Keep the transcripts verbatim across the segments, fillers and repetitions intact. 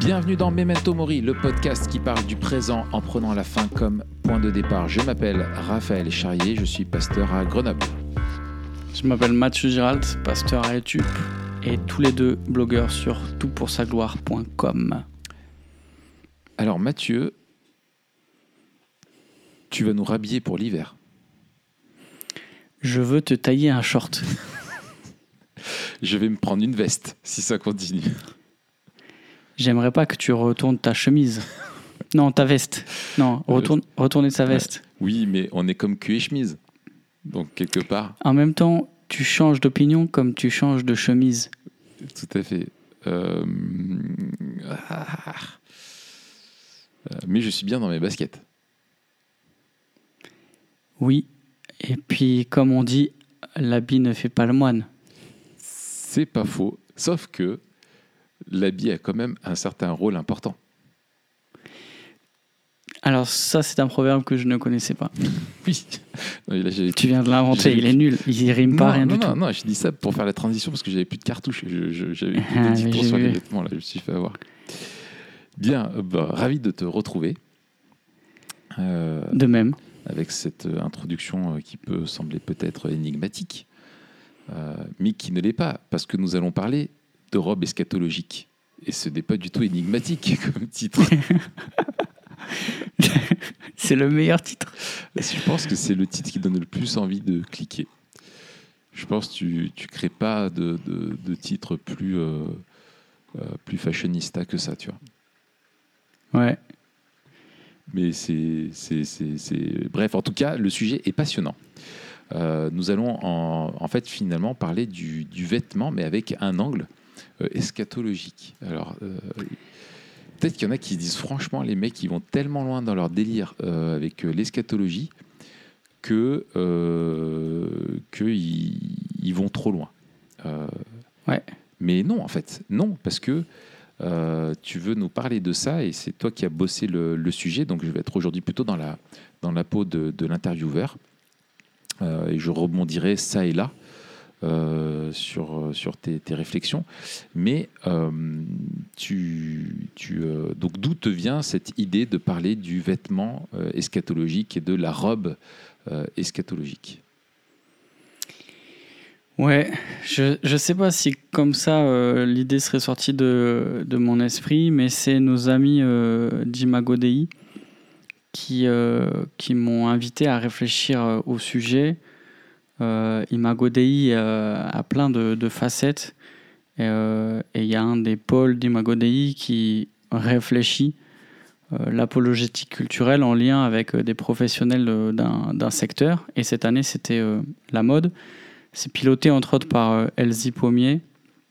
Bienvenue dans Memento Mori, le podcast qui parle du présent en prenant la fin comme point de départ. Je m'appelle Raphaël Charrier, je suis pasteur à Grenoble. Je m'appelle Mathieu Giralt, pasteur à YouTube et tous les deux blogueurs sur tout pour sa gloire point com. Alors Mathieu, tu vas nous rhabiller pour l'hiver. Je veux te tailler un short. Je vais me prendre une veste si ça continue. J'aimerais pas que tu retournes ta chemise. Non, ta veste. Non, retourne, retourner sa veste. Oui, mais on est comme cul et chemise. Donc, quelque part... En même temps, tu changes d'opinion comme tu changes de chemise. Tout à fait. Euh... Ah. Mais je suis bien dans mes baskets. Oui. Et puis, comme on dit, l'habit ne fait pas le moine. C'est pas faux. Sauf que l'habit a quand même un certain rôle important. Alors ça, c'est un proverbe que je ne connaissais pas. Oui. Non, là, tu viens de l'inventer, il est nul. Il rime pas, non, rien non, du non, tout. Non, non, je dis ça pour faire la transition parce que j'avais plus de cartouches. Je, je, j'avais plus ah, de dix pour cent sur vu. les vêtements. Là, je me suis fait avoir. Bien, bah, ravi de te retrouver. Euh, de même. Avec cette introduction qui peut sembler peut-être énigmatique, euh, mais qui ne l'est pas, parce que nous allons parler de robe eschatologique. Et ce n'est pas du tout énigmatique comme titre. C'est le meilleur titre. Je pense que c'est le titre qui donne le plus envie de cliquer. Je pense que tu ne crées pas de, de, de titre plus, euh, euh, plus fashionista que ça, tu vois. Ouais. Mais c'est, c'est, c'est, c'est... Bref, en tout cas, le sujet est passionnant. Euh, nous allons en, en fait finalement parler du, du vêtement, mais avec un angle euh, eschatologique. Alors, euh, peut-être qu'il y en a qui se disent franchement, les mecs, ils vont tellement loin dans leur délire euh, avec euh, l'eschatologie que euh, qu'ils ils vont trop loin. Euh, ouais. Mais non, en fait, non, parce que Euh, tu veux nous parler de ça et c'est toi qui as bossé le, le sujet, donc je vais être aujourd'hui plutôt dans la, dans la peau de, de l'intervieweur euh, et je rebondirai ça et là euh, sur, sur tes, tes réflexions. Mais euh, tu, tu, euh, donc d'où te vient cette idée de parler du vêtement euh, eschatologique et de la robe euh, eschatologique ? Ouais, je je sais pas si comme ça euh, l'idée serait sortie de, de mon esprit, mais c'est nos amis euh, d'Imago Dei qui, euh, qui m'ont invité à réfléchir euh, au sujet. Euh, Imago Dei euh, a plein de, de facettes et il euh, y a un des pôles d'Imago Dei qui réfléchit euh, l'apologétique culturelle en lien avec euh, des professionnels euh, d'un, d'un secteur. Et cette année, c'était euh, la mode. C'est piloté entre autres par euh, Elsie Pommier.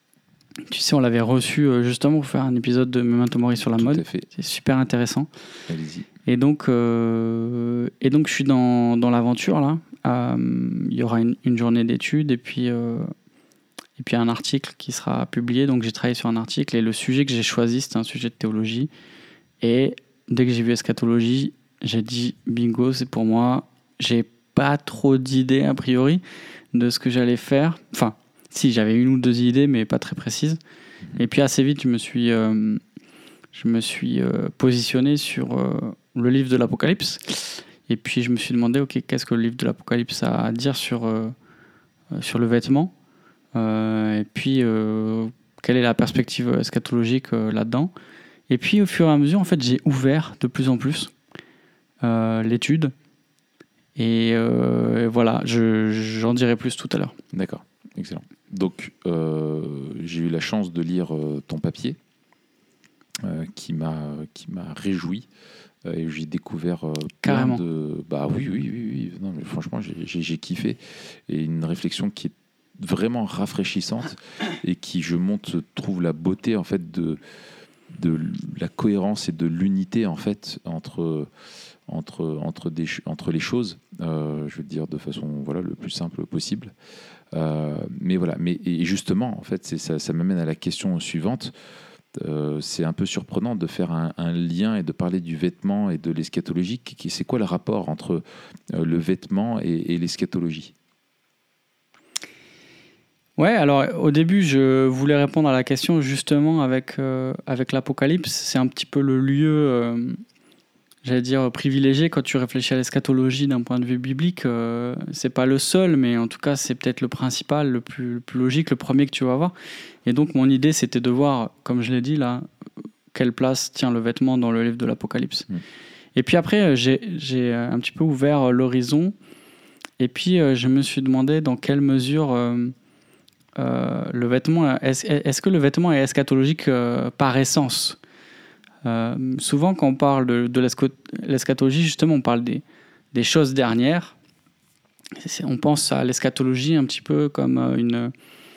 Tu sais, on l'avait reçu euh, justement pour faire un épisode de Memento Mori sur la Tout mode. à fait. C'est super intéressant. Allez-y. Et donc, euh, et donc je suis dans, dans l'aventure là. Euh, il y aura une, une journée d'études et puis, euh, et puis un article qui sera publié. Donc j'ai travaillé sur un article et le sujet que j'ai choisi, c'était un sujet de théologie. Et dès que j'ai vu eschatologie, j'ai dit bingo, c'est pour moi. J'ai pas trop d'idées a priori de ce que j'allais faire. Enfin, si, j'avais une ou deux idées, mais pas très précises. Et puis assez vite, je me suis, euh, je me suis euh, positionné sur euh, le livre de l'Apocalypse. Et puis je me suis demandé, ok, qu'est-ce que le livre de l'Apocalypse a à dire sur, euh, sur le vêtement euh, et puis, euh, quelle est la perspective eschatologique euh, là-dedans. Et puis, au fur et à mesure, en fait, j'ai ouvert de plus en plus euh, l'étude. Et euh, voilà, je, j'en dirai plus tout à l'heure. D'accord, excellent. Donc, euh, j'ai eu la chance de lire euh, ton papier euh, qui m'a, qui m'a réjoui. Euh, et j'ai découvert euh, plein Carrément. de... Bah oui, oui, oui. oui. Non, mais franchement, j'ai, j'ai, j'ai kiffé. Et une réflexion qui est vraiment rafraîchissante et qui, je monte, trouve la beauté, en fait, de, de la cohérence et de l'unité, en fait, entre... Entre, entre, des, entre les choses, euh, je veux dire de façon voilà, le plus simple possible. Euh, mais voilà, mais, et justement, en fait, c'est, ça, ça m'amène à la question suivante. Euh, c'est un peu surprenant de faire un, un lien et de parler du vêtement et de l'eschatologie. C'est quoi le rapport entre euh, le vêtement et, et l'eschatologie ? Ouais, alors au début, je voulais répondre à la question justement avec, euh, avec l'Apocalypse. C'est un petit peu le lieu, euh, j'allais dire, privilégié quand tu réfléchis à l'eschatologie d'un point de vue biblique. Euh, c'est pas le seul, mais en tout cas, c'est peut-être le principal, le plus, le plus logique, le premier que tu vas voir. Et donc, mon idée, c'était de voir, comme je l'ai dit là, quelle place tient le vêtement dans le livre de l'Apocalypse. Mmh. Et puis après, j'ai, j'ai un petit peu ouvert l'horizon. Et puis, je me suis demandé dans quelle mesure... Euh, Euh, le vêtement, est-ce, est-ce que le vêtement est eschatologique euh, par essence? euh, Souvent, quand on parle de, de l'eschatologie, justement, on parle des, des choses dernières. C'est, on pense à l'eschatologie un petit peu comme une,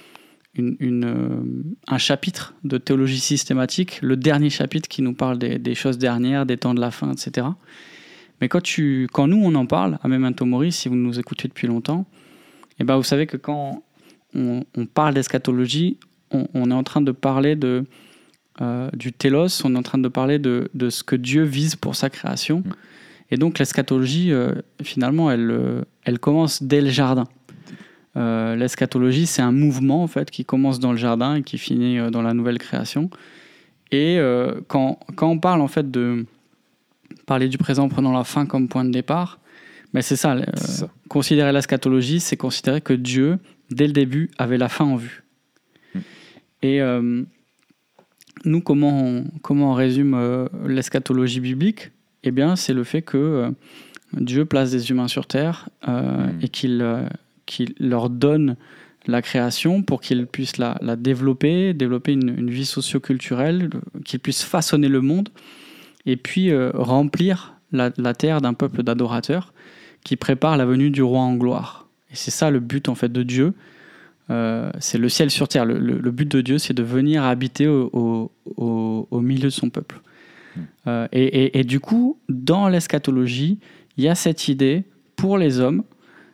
une, une, un chapitre de théologie systématique, le dernier chapitre qui nous parle des, des choses dernières, des temps de la fin, et cetera. Mais quand, tu, quand nous, on en parle, à Memento Mori, si vous nous écoutez depuis longtemps, et ben vous savez que quand On, on parle d'eschatologie, on, on est en train de parler de, euh, du télos, on est en train de parler de, de ce que Dieu vise pour sa création. Et donc l'eschatologie, euh, finalement, elle, elle commence dès le jardin. Euh, l'eschatologie, c'est un mouvement en fait, qui commence dans le jardin et qui finit euh, dans la nouvelle création. Et euh, quand, quand on parle en fait de parler du présent en prenant la fin comme point de départ, ben c'est ça, euh, c'est ça. Considérer l'eschatologie, c'est considérer que Dieu, dès le début, avait la fin en vue. Mmh. Et euh, nous, comment on, comment on résume euh, l'eschatologie biblique? Eh bien, c'est le fait que euh, Dieu place des humains sur terre euh, mmh. et qu'il, euh, qu'il leur donne la création pour qu'ils puissent la, la développer, développer une, une vie socio-culturelle, qu'ils puissent façonner le monde et puis euh, remplir la, la terre d'un peuple d'adorateurs qui prépare la venue du roi en gloire. Et c'est ça le but en fait de Dieu. Euh, c'est le ciel sur terre. Le, le, le but de Dieu, c'est de venir habiter au, au, au, au milieu de son peuple. Mmh. Euh, et, et, et du coup, dans l'eschatologie, il y a cette idée pour les hommes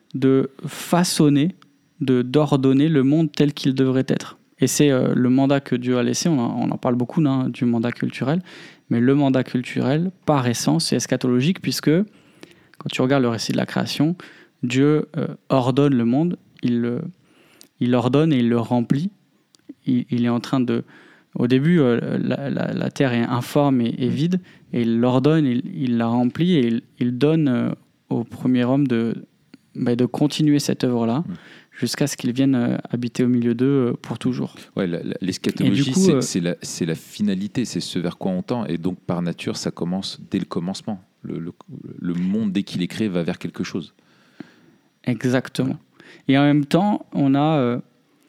de façonner, de, d'ordonner le monde tel qu'il devrait être. Et c'est euh, le mandat que Dieu a laissé. On en, on en parle beaucoup hein, du mandat culturel. Mais le mandat culturel, par essence, c'est eschatologique puisque quand tu regardes le récit de la création, Dieu euh, ordonne le monde, il, euh, il ordonne et il le remplit. Il, il est en train de... Au début, euh, la, la, la terre est informe et, et vide, et il l'ordonne, il, il la remplit, et il, il donne euh, au premier homme de, bah, de continuer cette œuvre-là, mmh. jusqu'à ce qu'il vienne euh, habiter au milieu d'eux euh, pour toujours. Ouais, la, la, l'eschatologie, coup, c'est, euh, c'est, la, c'est la finalité, c'est ce vers quoi on tend, et donc par nature, ça commence dès le commencement. Le, le, le monde, dès qu'il est créé, va vers quelque chose. Exactement. Et en même temps, on a... Euh,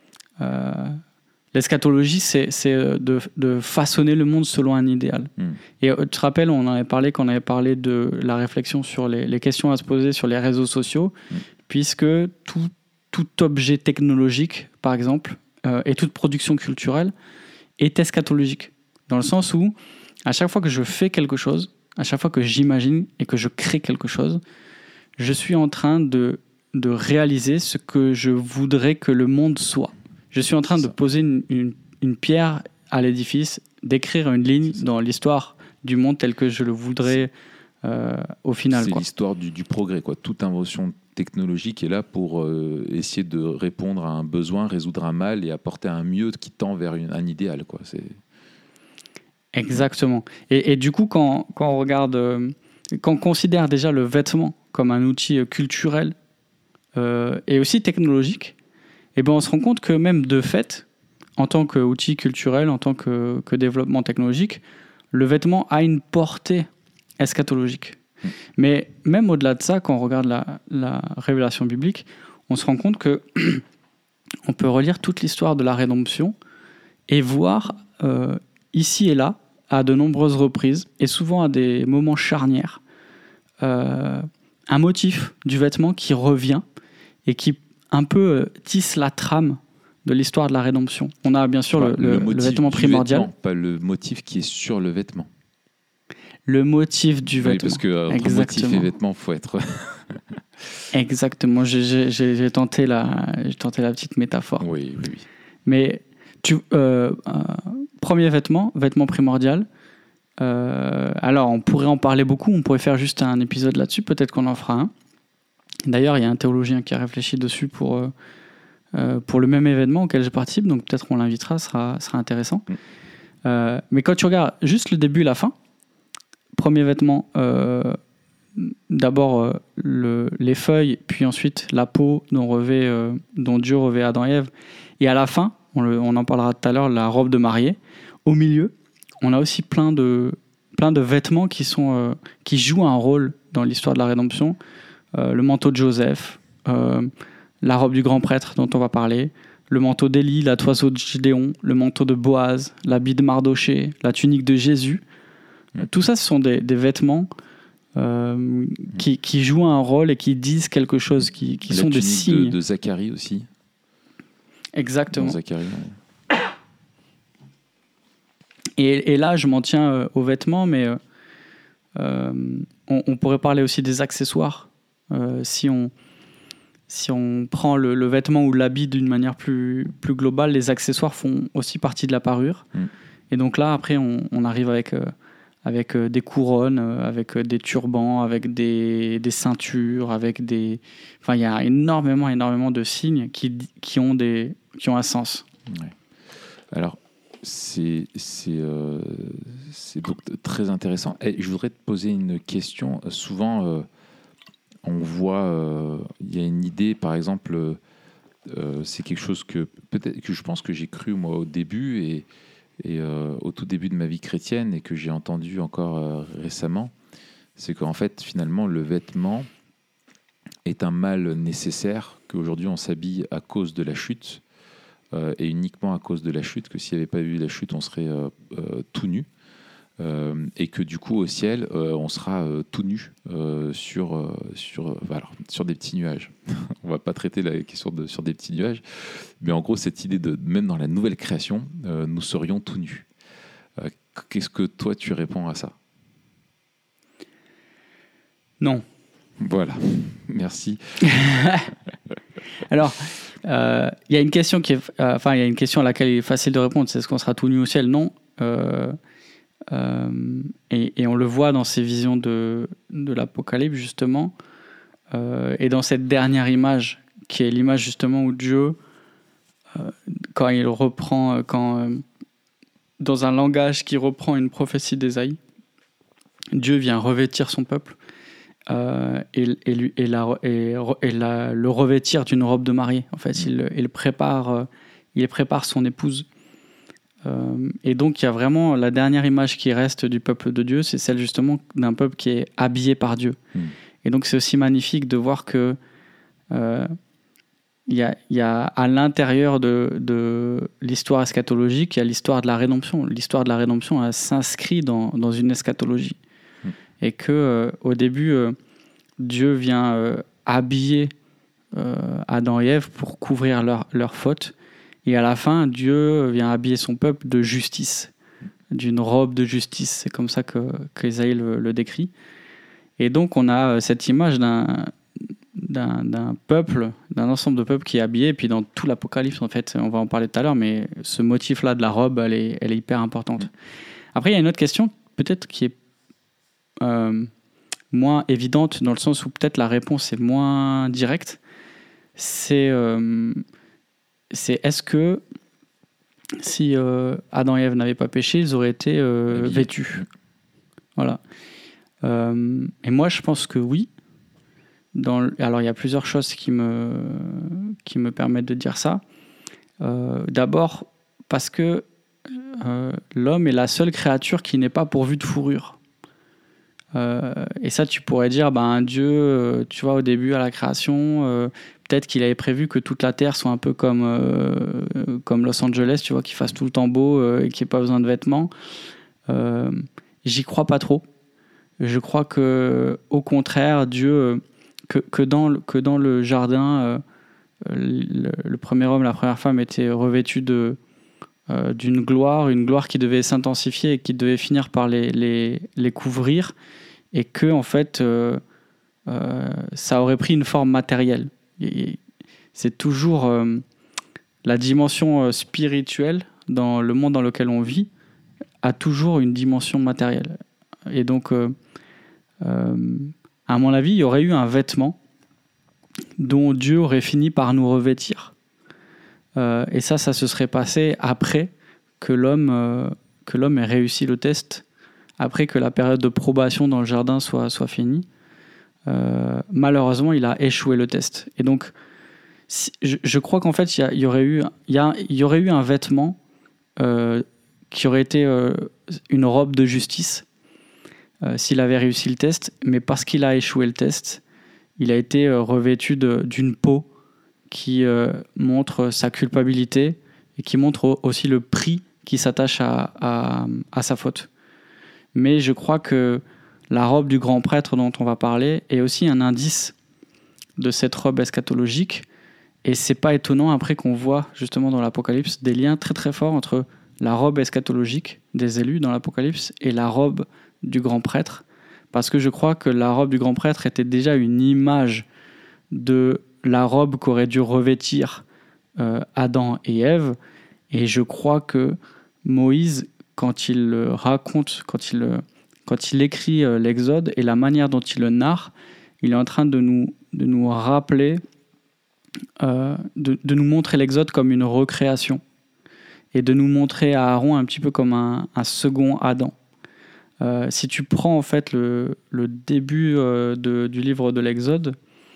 euh, l'eschatologie, c'est, c'est de, de façonner le monde selon un idéal. Mm. Et tu te rappelles, on en avait parlé quand on avait parlé de la réflexion sur les, les questions à se poser sur les réseaux sociaux, mm. puisque tout, tout objet technologique, par exemple, euh, et toute production culturelle est eschatologique. Dans le sens où, à chaque fois que je fais quelque chose, à chaque fois que j'imagine et que je crée quelque chose, je suis en train de, de réaliser ce que je voudrais que le monde soit. Je suis en train de poser une, une, une pierre à l'édifice, d'écrire une ligne dans l'histoire du monde tel que je le voudrais euh, au final. C'est quoi. l'histoire du, du progrès. Quoi. Toute invention technologique est là pour euh, essayer de répondre à un besoin, résoudre un mal et apporter un mieux qui tend vers une, un idéal. Quoi. C'est... Exactement. Et, et du coup, quand, quand on regarde, euh, quand on considère déjà le vêtement comme un outil culturel euh, et aussi technologique, eh ben on se rend compte que même de fait, en tant qu'outil culturel, en tant que, que développement technologique, le vêtement a une portée eschatologique. Mmh. Mais même au-delà de ça, quand on regarde la, la révélation biblique, on se rend compte que on peut relire toute l'histoire de la rédemption et voir euh, ici et là, à de nombreuses reprises, et souvent à des moments charnières, euh, un motif du vêtement qui revient et qui un peu euh, tisse la trame de l'histoire de la rédemption. On a bien sûr ouais, le, le, le, le vêtement primordial. Vêtement, pas le motif qui est sur le vêtement. Le motif du vêtement. Oui, parce que euh, entre motif et vêtement, il faut être... Exactement. J'ai, j'ai, j'ai, tenté la, j'ai tenté la petite métaphore. Oui, oui, oui. Mais tu, euh, euh, premier vêtement, vêtement primordial. Euh, alors, on pourrait en parler beaucoup. On pourrait faire juste un épisode là-dessus. Peut-être qu'on en fera un. D'ailleurs, il y a un théologien qui a réfléchi dessus pour, euh, euh, pour le même événement auquel je participe, donc peut-être on l'invitera, ce sera, sera intéressant. Mm. Euh, mais quand tu regardes juste le début et la fin, premier vêtement, euh, d'abord euh, le, les feuilles, puis ensuite la peau dont, revêt, euh, dont Dieu revêt Adam et Ève, et à la fin, on, le, on en parlera tout à l'heure, la robe de mariée. Au milieu, on a aussi plein de, plein de vêtements qui, sont, euh, qui jouent un rôle dans l'histoire de la rédemption. Euh, le manteau de Joseph, euh, la robe du grand prêtre dont on va parler, le manteau d'Élie, la toison de Gideon, le manteau de Boaz, l'habit de Mardoché, la tunique de Jésus. Mmh. Tout ça, ce sont des, des vêtements euh, qui, qui jouent un rôle et qui disent quelque chose, qui, qui sont des signes. De, de Zacharie aussi. Exactement. Dans Zacharie, ouais. et, et là, je m'en tiens euh, aux vêtements, mais euh, euh, on, on pourrait parler aussi des accessoires. Euh, si on... Si on prend le, le vêtement ou l'habit d'une manière plus, plus globale, les accessoires font aussi partie de la parure. Mm. Et donc là, après, on, on arrive avec, euh, avec euh, des couronnes, euh, avec euh, des turbans, avec des, des ceintures, avec des... Enfin, il y a énormément, énormément de signes qui, qui, ont, des, qui ont un sens. Ouais. Alors, c'est, c'est, euh, c'est donc très intéressant. Et je voudrais te poser une question. Souvent... Euh, on voit, il euh, y a une idée, par exemple, euh, c'est quelque chose que peut-être que je pense que j'ai cru moi au début et, et euh, au tout début de ma vie chrétienne et que j'ai entendu encore euh, récemment, c'est qu'en fait, finalement, le vêtement est un mal nécessaire, qu'aujourd'hui on s'habille à cause de la chute euh, et uniquement à cause de la chute, que s'il n'y avait pas eu la chute, on serait euh, euh, tout nu. Euh, et que du coup au ciel euh, on sera euh, tout nu euh, sur, euh, sur, euh, voilà, sur des petits nuages. On va pas traiter la question de sur des petits nuages, mais en gros cette idée de même dans la nouvelle création euh, nous serions tout nus. Euh, qu'est-ce que toi tu réponds à ça? Non. Voilà, merci. Alors il euh, y a une question qui est, enfin il y a une question à laquelle il est facile de répondre, c'est est-ce qu'on sera tout nu au ciel? Non. Euh, Euh, et, et on le voit dans ces visions de, de l'Apocalypse justement euh, et dans cette dernière image qui est l'image justement où Dieu euh, quand il reprend quand, euh, dans un langage qui reprend une prophétie d'Ésaïe, Dieu vient revêtir son peuple euh, et, et, lui, et, la, et, et la, le revêtir d'une robe de mariée. En fait, il, il, prépare, il prépare son épouse. Euh, et donc il y a vraiment la dernière image qui reste du peuple de Dieu, c'est celle justement d'un peuple qui est habillé par Dieu. Mmh. Et donc c'est aussi magnifique de voir que euh, il y a, y a à l'intérieur de, de l'histoire eschatologique, il y a l'histoire de la rédemption. L'histoire de la rédemption elle s'inscrit dans, dans une eschatologie. Mmh. Et que euh, au début euh, Dieu vient euh, habiller euh, Adam et Ève pour couvrir leur, leur faute. Et à la fin, Dieu vient habiller son peuple de justice, d'une robe de justice. C'est comme ça que, qu'Ésaïe le, le décrit. Et donc, on a cette image d'un, d'un, d'un peuple, d'un ensemble de peuples qui est habillé. Et puis, dans tout l'Apocalypse, en fait, on va en parler tout à l'heure, mais ce motif-là de la robe, elle est, elle est hyper importante. Après, il y a une autre question, peut-être qui est euh, moins évidente, dans le sens où peut-être la réponse est moins directe. C'est... Euh, c'est est-ce que si euh, Adam et Ève n'avaient pas péché, ils auraient été euh, vêtus. Voilà. Euh, et moi, je pense que oui. Dans le, alors, il y a plusieurs choses qui me, qui me permettent de dire ça. Euh, d'abord, parce que euh, l'homme est la seule créature qui n'est pas pourvue de fourrure. Euh, et ça, tu pourrais dire, ben, Dieu, euh, tu vois, au début, à la création... Euh, peut-être qu'il avait prévu que toute la Terre soit un peu comme, euh, comme Los Angeles, tu vois, qu'il fasse tout le temps beau euh, et qu'il n'y ait pas besoin de vêtements. Euh, j'y crois pas trop. Je crois que, au contraire, Dieu, que, que, dans, le, que dans le jardin, euh, le, le premier homme, la première femme étaient revêtus de, euh, d'une gloire, une gloire qui devait s'intensifier et qui devait finir par les, les, les couvrir, et que, en fait, euh, euh, ça aurait pris une forme matérielle. C'est toujours euh, la dimension euh, spirituelle dans le monde dans lequel on vit a toujours une dimension matérielle. Et donc, euh, euh, à mon avis, il y aurait eu un vêtement dont Dieu aurait fini par nous revêtir. Euh, et ça, ça se serait passé après que l'homme, euh, que l'homme ait réussi le test, après que la période de probation dans le jardin soit, soit finie. Euh, malheureusement, il a échoué le test. Et donc, si, je, je crois qu'en fait, il y, y, aurait eu, y, a, y aurait eu un vêtement euh, qui aurait été euh, une robe de justice euh, s'il avait réussi le test, mais parce qu'il a échoué le test, il a été euh, revêtu de, d'une peau qui euh, montre sa culpabilité et qui montre aussi le prix qui s'attache à, à, à sa faute. Mais je crois que la robe du grand prêtre dont on va parler est aussi un indice de cette robe eschatologique. Et c'est pas étonnant après qu'on voit justement dans l'Apocalypse des liens très très forts entre la robe eschatologique des élus dans l'Apocalypse et la robe du grand prêtre. Parce que je crois que la robe du grand prêtre était déjà une image de la robe qu'auraient dû revêtir euh, Adam et Ève. Et je crois que Moïse, quand il raconte, quand il, quand il écrit euh, l'Exode et la manière dont il le narre, il est en train de nous, de nous rappeler, euh, de, de nous montrer l'Exode comme une recréation et de nous montrer à Aaron un petit peu comme un, un second Adam. Euh, si tu prends en fait le, le début euh, de, du livre de l'Exode,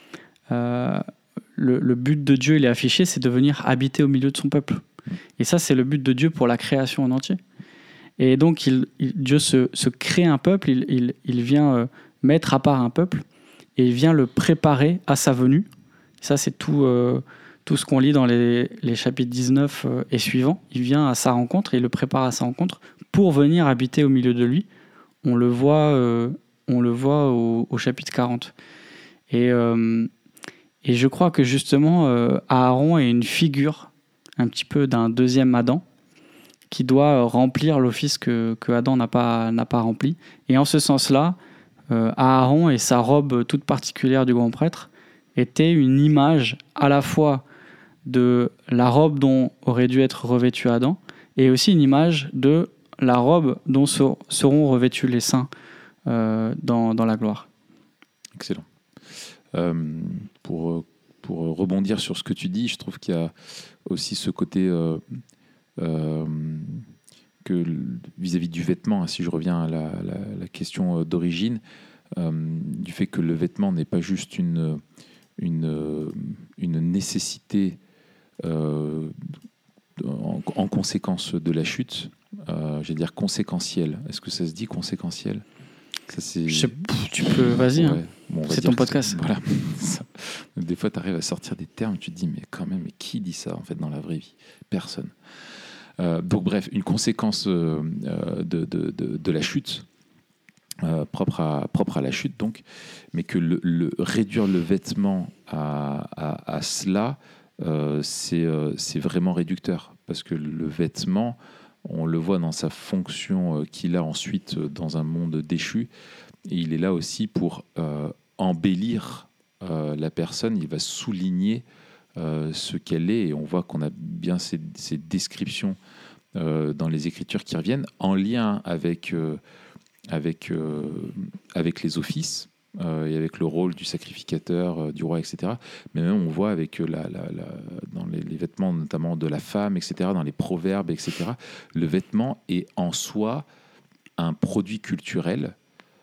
euh, le, le but de Dieu, il est affiché, c'est de venir habiter au milieu de son peuple. Et ça, c'est le but de Dieu pour la création en entier. Et donc, il, il, Dieu se, se crée un peuple, il, il, il vient euh, mettre à part un peuple, et il vient le préparer à sa venue. Ça, c'est tout, euh, tout ce qu'on lit dans les, les chapitres dix-neuf euh, et suivants. Il vient à sa rencontre et il le prépare à sa rencontre pour venir habiter au milieu de lui. On le voit, euh, on le voit au, au chapitre quarante. Et, euh, et je crois que justement, euh, Aaron est une figure un petit peu d'un deuxième Adam qui doit remplir l'office que, que Adam n'a pas, n'a pas rempli. Et en ce sens-là, euh, Aaron et sa robe toute particulière du grand prêtre étaient une image à la fois de la robe dont aurait dû être revêtu Adam et aussi une image de la robe dont ser, seront revêtus les saints euh, dans, dans la gloire. Excellent. Euh, pour, pour rebondir sur ce que tu dis, je trouve qu'il y a aussi ce côté euh, euh, que vis-à-vis du vêtement, hein, si je reviens à la, la, la question d'origine, euh, du fait que le vêtement n'est pas juste une, une, une nécessité euh, en, en conséquence de la chute, euh, j'allais dire conséquentielle. Est-ce que ça se dit conséquentiel? Ça, c'est... Je sais, tu peux, vas-y, ouais. hein. Bon, c'est ton podcast. C'est, voilà. Des fois, tu arrives à sortir des termes, tu te dis, mais quand même, mais qui dit ça en fait dans la vraie vie? Personne. Euh, donc, bref, une conséquence euh, de, de, de, de la chute, euh, propre, à, propre à la chute, donc, mais que le, le, réduire le vêtement à, à, à cela, euh, c'est, euh, c'est vraiment réducteur. Parce que le vêtement, on le voit dans sa fonction qu'il a ensuite dans un monde déchu. Et il est là aussi pour euh, embellir euh, la personne. Il va souligner euh, ce qu'elle est. Et on voit qu'on a bien ces, ces descriptions euh, dans les Écritures qui reviennent en lien avec, euh, avec, euh, avec les offices euh, et avec le rôle du sacrificateur, euh, du roi, et cetera. Mais même on voit avec la, la, la, dans les, les vêtements notamment de la femme, et cetera, dans les proverbes, et cetera. Le vêtement est en soi un produit culturel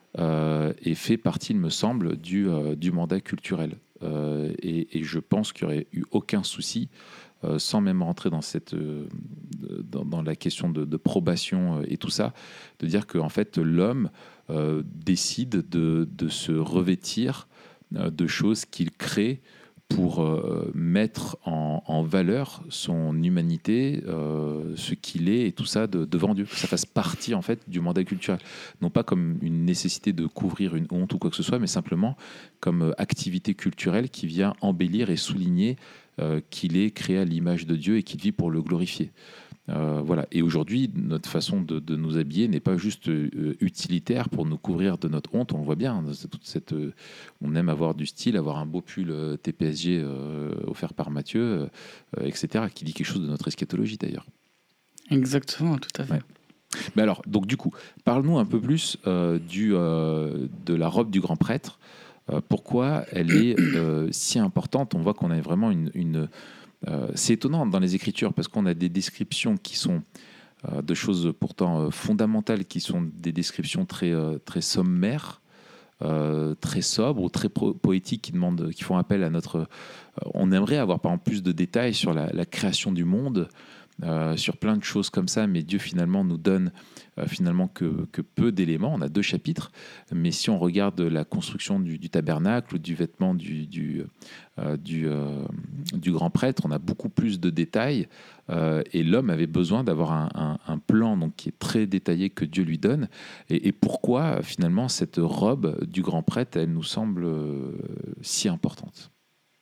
euh, et fait partie, il me semble, du, euh, du mandat culturel. Euh, et, et je pense qu'il n'y aurait eu aucun souci, euh, sans même rentrer dans, cette, euh, dans, dans la question de, de probation et tout ça, de dire qu'en fait, l'homme euh, décide de, de se revêtir euh, de choses qu'il crée pour euh, mettre en, en valeur son humanité, euh, ce qu'il est et tout ça de, devant Dieu. Que ça fasse partie en fait du mandat culturel. Non pas comme une nécessité de couvrir une honte ou quoi que ce soit, mais simplement comme activité culturelle qui vient embellir et souligner euh, qu'il est créé à l'image de Dieu et qu'il vit pour le glorifier. Euh, voilà. Et aujourd'hui, notre façon de, de nous habiller n'est pas juste euh, utilitaire pour nous couvrir de notre honte. On le voit bien. Toute cette, euh, on aime avoir du style, avoir un beau pull euh, T P S G euh, offert par Mathieu, euh, et cetera, qui dit quelque chose de notre eschatologie d'ailleurs. Exactement, tout à fait. Ouais. Mais alors, donc du coup, parle-nous un peu plus euh, du, euh, de la robe du grand prêtre. Euh, pourquoi elle est euh, si importante? On voit qu'on a vraiment une, une Euh, c'est étonnant dans les Écritures parce qu'on a des descriptions qui sont euh, de choses pourtant euh, fondamentales, qui sont des descriptions très, euh, très sommaires, euh, très sobres ou très po- poétiques, qui, demandent, qui font appel à notre... Euh, on aimerait avoir par exemple plus de détails sur la, la création du monde, euh, sur plein de choses comme ça, mais Dieu finalement nous donne euh, finalement que, que peu d'éléments. On a deux chapitres, mais si on regarde la construction du, du tabernacle ou du vêtement du, du, euh, du, euh, du grand prêtre, on a beaucoup plus de détails euh, et l'homme avait besoin d'avoir un, un, un plan donc, qui est très détaillé que Dieu lui donne. Et, et pourquoi finalement cette robe du grand prêtre, elle nous semble euh, si importante?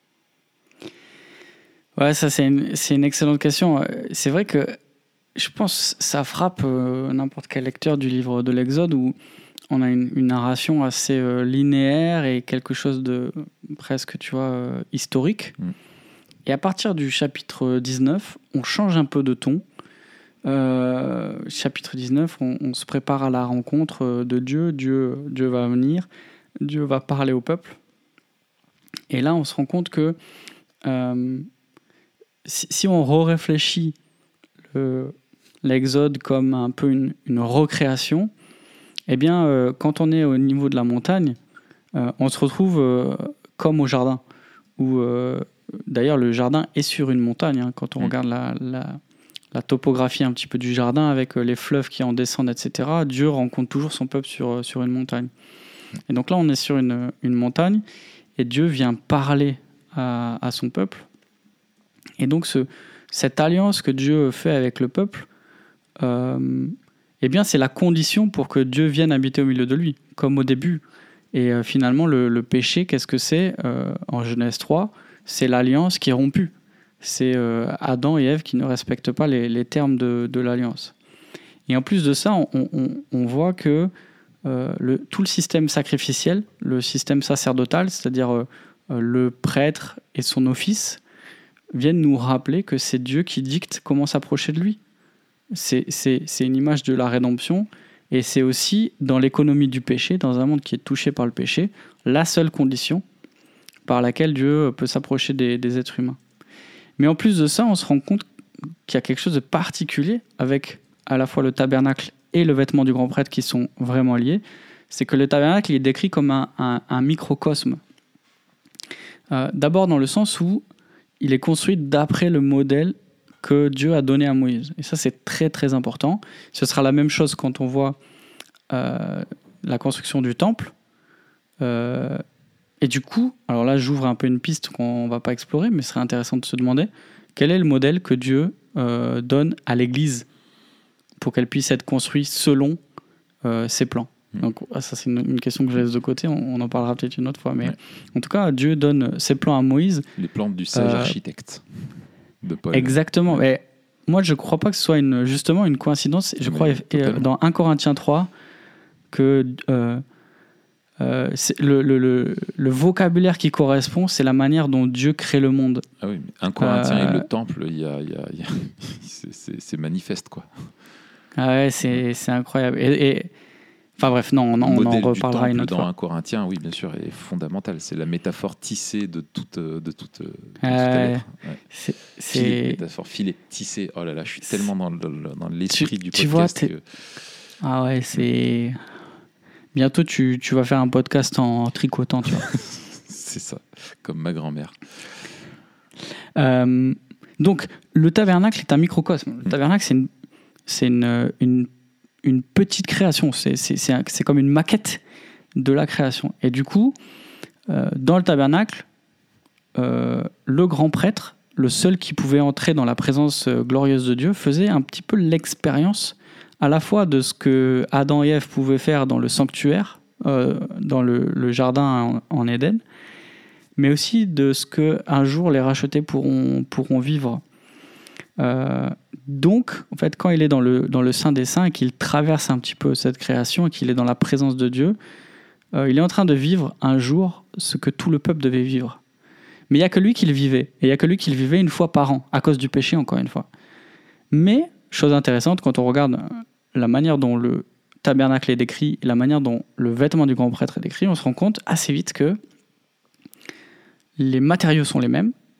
Ouais, ça c'est une, c'est une excellente question. C'est vrai que je pense que ça frappe euh, n'importe quel lecteur du livre de l'Exode où on a une, une narration assez euh, linéaire et quelque chose de presque, tu vois, euh, historique. Mm. Et à partir du chapitre dix-neuf, on change un peu de ton. Euh, chapitre dix-neuf, on, on se prépare à la rencontre de Dieu. Dieu. Dieu va venir, Dieu va parler au peuple. Et là, on se rend compte que euh, si, si on réfléchit le, l'Exode comme un peu une, une recréation, eh bien, euh, quand on est au niveau de la montagne, euh, on se retrouve euh, comme au jardin, où euh, d'ailleurs le jardin est sur une montagne, hein, quand on mmh. regarde la, la, la topographie un petit peu du jardin, avec les fleuves qui en descendent, et cetera, Dieu rencontre toujours son peuple sur, sur une montagne. Et donc là, on est sur une, une montagne, et Dieu vient parler à, à son peuple. Et donc, ce, cette alliance que Dieu fait avec le peuple, euh, eh bien, c'est la condition pour que Dieu vienne habiter au milieu de lui, comme au début. Et euh, finalement, le, le péché, qu'est-ce que c'est euh, en Genèse trois? C'est l'alliance qui est rompue. C'est euh, Adam et Ève qui ne respectent pas les, les termes de, de l'alliance. Et en plus de ça, on, on, on voit que euh, le, tout le système sacrificiel, le système sacerdotal, c'est-à-dire euh, le prêtre et son office, viennent nous rappeler que c'est Dieu qui dicte comment s'approcher de lui. C'est, c'est, c'est une image de la rédemption, et c'est aussi dans l'économie du péché, dans un monde qui est touché par le péché, la seule condition par laquelle Dieu peut s'approcher des, des êtres humains. Mais en plus de ça, on se rend compte qu'il y a quelque chose de particulier avec à la fois le tabernacle et le vêtement du grand prêtre qui sont vraiment liés. C'est que le tabernacle il est décrit comme un, un, un microcosme. Euh, d'abord dans le sens où il est construit d'après le modèle que Dieu a donné à Moïse. Et ça, c'est très, très important. Ce sera la même chose quand on voit euh, la construction du temple. Euh, et du coup, alors là, j'ouvre un peu une piste qu'on ne va pas explorer, mais ce serait intéressant de se demander quel est le modèle que Dieu euh, donne à l'Église pour qu'elle puisse être construite selon euh, ses plans. Mmh. Donc ça, c'est une, une question que je laisse de côté. On, on en parlera peut-être une autre fois. Mais ouais. En tout cas, Dieu donne ses plans à Moïse. Les plans du sage euh, architecte. De Paul. Exactement. Ouais. Mais moi, je ne crois pas que ce soit une, justement une coïncidence. Je Mais crois totalement. Dans un Corinthiens trois que euh, euh, c'est le, le, le, le vocabulaire qui correspond, c'est la manière dont Dieu crée le monde. Ah oui, mais un Corinthien euh, et le temple, y a, y a, y a, c'est, c'est, c'est manifeste, quoi. Ah ouais, c'est, c'est incroyable. Et, et, enfin bref, non, on, on en reparlera une autre dans fois. Un Corinthien, oui, bien sûr, est fondamental. C'est la métaphore tissée de toute, de toute, de toute euh, lettre. Ouais. C'est, c'est... Filet, métaphore filée, tissée. Oh là là, je suis tellement dans, le, dans l'esprit tu, du tu podcast. Vois, que... Ah ouais, c'est... Bientôt, tu, tu vas faire un podcast en tricotant, tu vois. C'est ça, comme ma grand-mère. Euh, donc, le tabernacle est un microcosme. Le tabernacle, c'est une, c'est une, une, une petite création. C'est, c'est, c'est, un, c'est comme une maquette de la création. Et du coup, euh, dans le tabernacle, euh, le grand prêtre, le seul qui pouvait entrer dans la présence glorieuse de Dieu, faisait un petit peu l'expérience à la fois de ce que Adam et Ève pouvaient faire dans le sanctuaire, euh, dans le, le jardin en, en Éden, mais aussi de ce qu'un jour les rachetés pourront, pourront vivre. Euh, donc, en fait, quand il est dans le, dans le Saint des Saints et qu'il traverse un petit peu cette création et qu'il est dans la présence de Dieu, euh, il est en train de vivre un jour ce que tout le peuple devait vivre. Mais il n'y a que lui qui le vivait. Et il n'y a que lui qui le vivait une fois par an, à cause du péché, encore une fois. Mais, chose intéressante, quand on regarde la manière dont le tabernacle est décrit, la manière dont le vêtement du grand prêtre est décrit, on se rend compte assez vite que les matériaux sont les mêmes,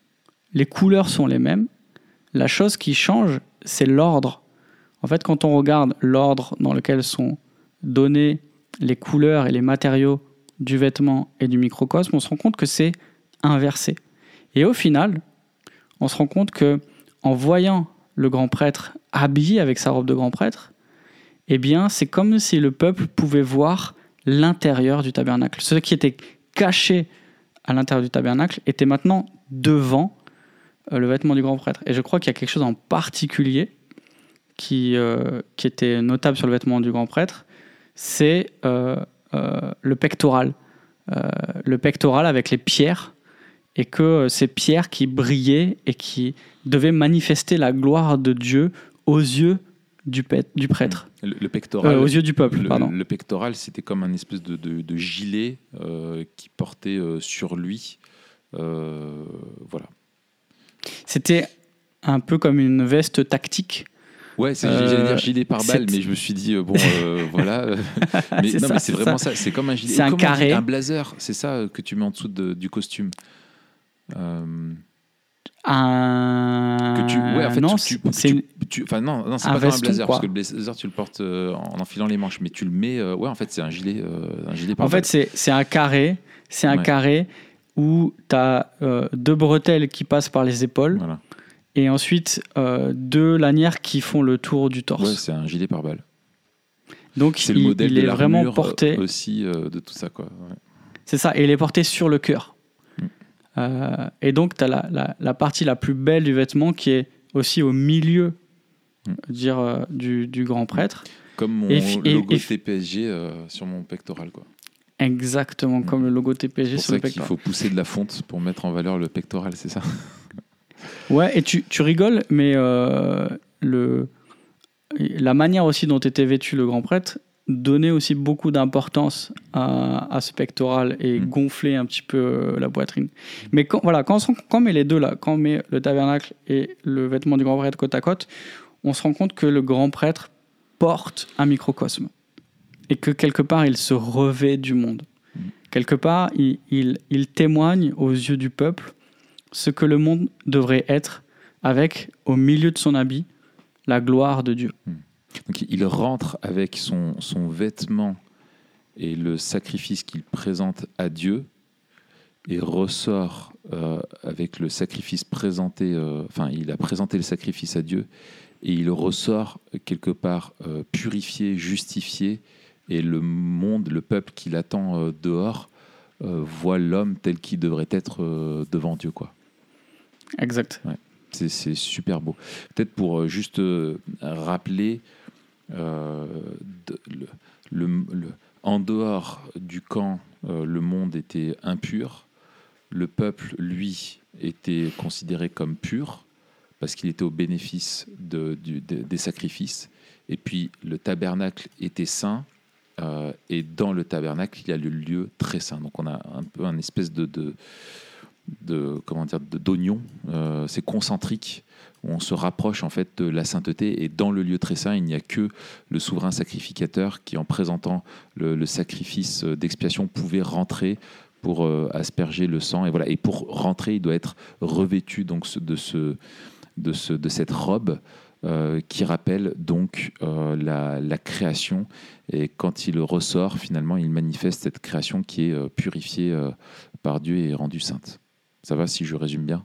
les couleurs sont les mêmes. La chose qui change, c'est l'ordre. En fait, quand on regarde l'ordre dans lequel sont donnés les couleurs et les matériaux du vêtement et du microcosme, on se rend compte que c'est inversé. Et au final, on se rend compte que en voyant le grand prêtre habillé avec sa robe de grand prêtre, eh bien, c'est comme si le peuple pouvait voir l'intérieur du tabernacle. Ce qui était caché à l'intérieur du tabernacle était maintenant devant euh, le vêtement du grand prêtre. Et je crois qu'il y a quelque chose en particulier qui, euh, qui était notable sur le vêtement du grand prêtre, c'est euh, euh, le pectoral. Euh, le pectoral avec les pierres, et que euh, ces pierres qui brillaient et qui devaient manifester la gloire de Dieu aux yeux du, pe- du prêtre. Le, le pectoral, euh, aux yeux du peuple, le, pardon. Le pectoral, c'était comme un espèce de, de, de gilet euh, qui portait euh, sur lui. Euh, voilà. C'était un peu comme une veste tactique. Ouais, c'est, Euh, j'allais dire gilet par balle, c'est- mais je me suis dit, euh, bon, euh, voilà. mais C'est non, ça, mais c'est c'est vraiment ça. ça. C'est comme un gilet. C'est un Comment on dit carré. Un blazer, c'est ça euh, que tu mets en dessous de, du costume. Euh, Un... que tu, ouais, en fait, non, tu, tu, c'est tu- tu- enfin non, non, c'est un pas comme un veston, blazer quoi. parce que le blazer tu le portes euh, en enfilant les manches, mais tu le mets, euh, ouais, en fait, c'est un gilet, euh, un gilet par En fait, c'est, c'est un carré. C'est un Ouais. carré où tu as euh, deux bretelles qui passent par les épaules Voilà. et ensuite euh, deux lanières qui font le tour du torse. Ouais, c'est un gilet par balle. Donc, C'est il, le modèle il de est vraiment l'armure porté. euh, aussi euh, de tout ça, quoi. Ouais. C'est ça, et il est porté sur le cœur. Mm. Euh, et donc, tu as la, la, la partie la plus belle du vêtement qui est aussi au milieu Mm. dire, euh, du, du grand prêtre. Comme mon Et fi- et- logo et de fi- T P S G euh, sur mon pectoral, quoi. Exactement, Mm. comme le logo T P S G C'est pour sur le ça qu'il pectoral. faut pousser de la fonte pour mettre en valeur le pectoral, c'est ça. Ouais, et tu, tu rigoles, mais euh, le, la manière aussi dont était vêtu le grand prêtre donnait aussi beaucoup d'importance à, à ce pectoral et Mm. gonflait un petit peu euh, la poitrine. Mais quand, voilà, quand on, se rend- quand on met les deux là, quand on met le tabernacle et le vêtement du grand prêtre côte à côte, on se rend compte que le grand prêtre porte un microcosme et que quelque part il se revêt du monde. Mm. Quelque part, il, il, il témoigne aux yeux du peuple ce que le monde devrait être, avec, au milieu de son habit, la gloire de Dieu. Donc il rentre avec son, son vêtement et le sacrifice qu'il présente à Dieu et ressort euh, avec le sacrifice présenté, euh, enfin il a présenté le sacrifice à Dieu et il ressort euh, quelque part euh, purifié, justifié, et le monde, le peuple qui l'attend euh, dehors euh, voit l'homme tel qu'il devrait être euh, devant Dieu, quoi. Exact. C'est, c'est super beau. Peut-être pour euh, juste euh, rappeler, euh, de- le, le- le- en dehors du camp, euh, le monde était impur. Le peuple, lui, était considéré comme pur parce qu'il était au bénéfice de- du- de- des sacrifices. Et puis le tabernacle était saint. euh, et dans le tabernacle, il y a le lieu très saint. Donc on a un peu un espèce de... de de comment dire de d'oignon, euh, c'est concentrique, où on se rapproche en fait de la sainteté, et dans le lieu très saint il n'y a que le souverain sacrificateur qui, en présentant le, le sacrifice d'expiation, pouvait rentrer pour euh, asperger le sang, et voilà, et pour rentrer il doit être revêtu donc ce- de ce de ce de cette robe euh, qui rappelle donc euh, la, la création, et quand il ressort finalement il manifeste cette création qui est euh, purifiée euh, par Dieu et rendue sainte. Ça va si je résume bien?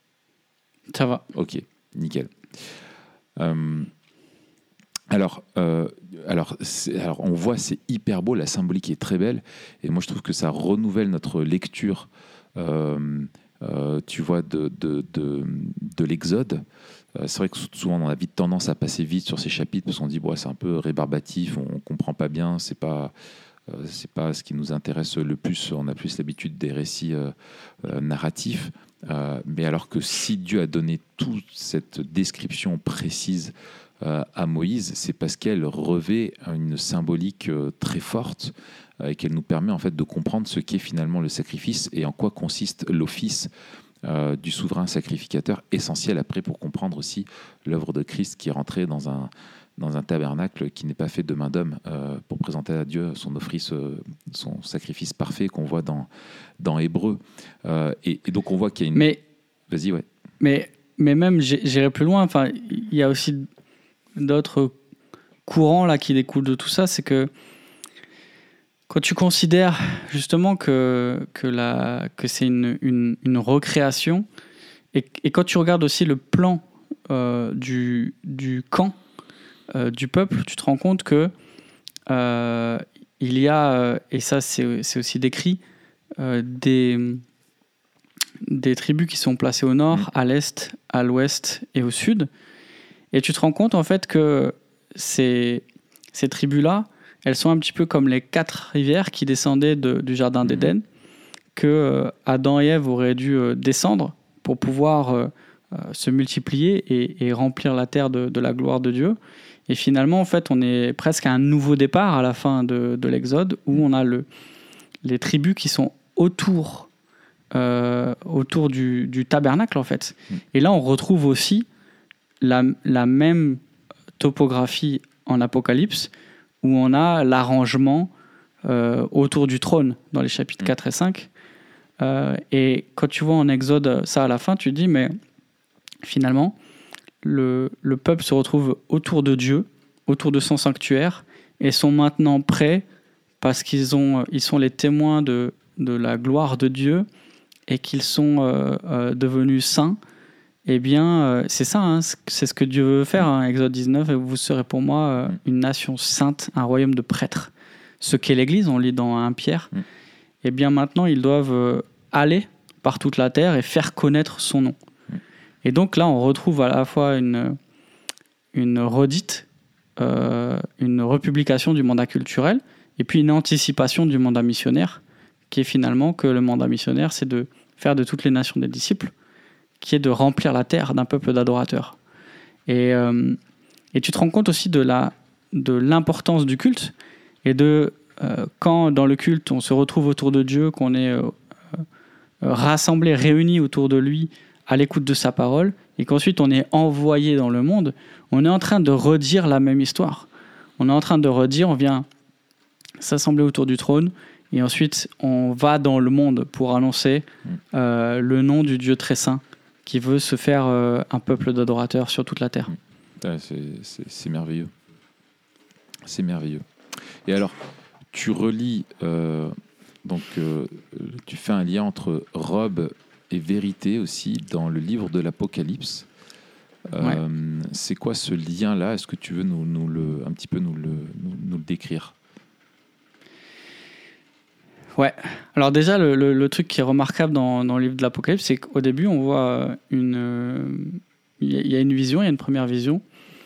Ça va. Ok, nickel. Euh, alors, euh, alors, c'est- alors, on voit, c'est hyper beau, la symbolique est très belle, et moi je trouve que ça renouvelle notre lecture, euh, euh, tu vois, de, de, de, de l'Exode. Euh, c'est vrai que souvent on a vite tendance à passer vite sur ces chapitres parce qu'on dit bon, c'est un peu rébarbatif, on ne comprend pas bien, c'est pas... Euh, c'est pas ce qui nous intéresse le plus. On a plus l'habitude des récits euh, euh, narratifs. Euh, mais alors que si Dieu a donné toute cette description précise euh, à Moïse, c'est parce qu'elle revêt une symbolique euh, très forte euh, et qu'elle nous permet en fait de comprendre ce qu'est finalement le sacrifice et en quoi consiste l'office euh, du souverain sacrificateur, essentiel après pour comprendre aussi l'œuvre de Christ qui est rentré dans un dans un tabernacle qui n'est pas fait de main d'homme, euh, pour présenter à Dieu son office, euh, son sacrifice parfait qu'on voit dans, dans Hébreux. Euh, et, et donc on voit qu'il y a une... Mais, Vas-y, ouais. mais, mais même, j'irai plus loin. Enfin, il y a aussi d'autres courants là, qui découlent de tout ça. C'est que quand tu considères justement que, que, la, que c'est une, une, une recréation, et, et quand tu regardes aussi le plan euh, du, du camp, euh, du peuple, tu te rends compte que euh, il y a, euh, et ça c'est, c'est aussi décrit, euh, des, des tribus qui sont placées au nord, à l'est, à l'ouest et au sud. Et tu te rends compte en fait que ces, ces tribus-là, elles sont un petit peu comme les quatre rivières qui descendaient de, du jardin d'Éden, que euh, Adam et Ève auraient dû euh, descendre pour pouvoir euh, euh, se multiplier et, et remplir la terre de, de la gloire de Dieu. Et finalement, en fait, on est presque à un nouveau départ à la fin de, de l'Exode, où on a le, les tribus qui sont autour, euh, autour du, du tabernacle, en fait. Et là, on retrouve aussi la, la même topographie en Apocalypse, où on a l'arrangement euh, autour du trône dans les chapitres quatre et cinq. Euh, et quand tu vois en Exode ça à la fin, tu te dis, mais finalement, le, le peuple se retrouve autour de Dieu, autour de son sanctuaire, et sont maintenant prêts, parce qu'ils ont, ils sont les témoins de, de la gloire de Dieu, et qu'ils sont euh, euh, devenus saints. Eh bien, euh, c'est ça, hein, c'est ce que Dieu veut faire, hein, Exode dix-neuf, et vous serez pour moi euh, une nation sainte, un royaume de prêtres. Ce qu'est l'Église, on lit dans un Pierre. Mm. Eh bien, maintenant, ils doivent euh, aller par toute la terre et faire connaître son nom. Mm. Et donc là, on retrouve à la fois une, une redite, euh, une republication du mandat culturel, et puis une anticipation du mandat missionnaire, qui est finalement que le mandat missionnaire, c'est de faire de toutes les nations des disciples, qui est de remplir la terre d'un peuple d'adorateurs. Et, euh, et tu te rends compte aussi de, la, de l'importance du culte, et de euh, quand dans le culte on se retrouve autour de Dieu, qu'on est euh, euh, rassemblés, réunis autour de lui, à l'écoute de sa parole, et qu'ensuite on est envoyé dans le monde, on est en train de redire la même histoire. On est en train de redire, on vient s'assembler autour du trône, et ensuite on va dans le monde pour annoncer euh, le nom du Dieu très saint, qui veut se faire euh, un peuple d'adorateurs sur toute la terre. Ouais, c'est, c'est, c'est merveilleux. C'est merveilleux. Et alors, tu relis, euh, donc euh, tu fais un lien entre robe et vérité aussi dans le livre de l'Apocalypse. Euh, ouais. C'est quoi ce lien-là ? Est-ce que tu veux nous, nous le, un petit peu nous le, nous, nous le décrire ? Ouais. Alors déjà, le, le, le truc qui est remarquable dans, dans le livre de l'Apocalypse, c'est qu'au début, on voit une... Il euh, y a une vision, il y a une première vision.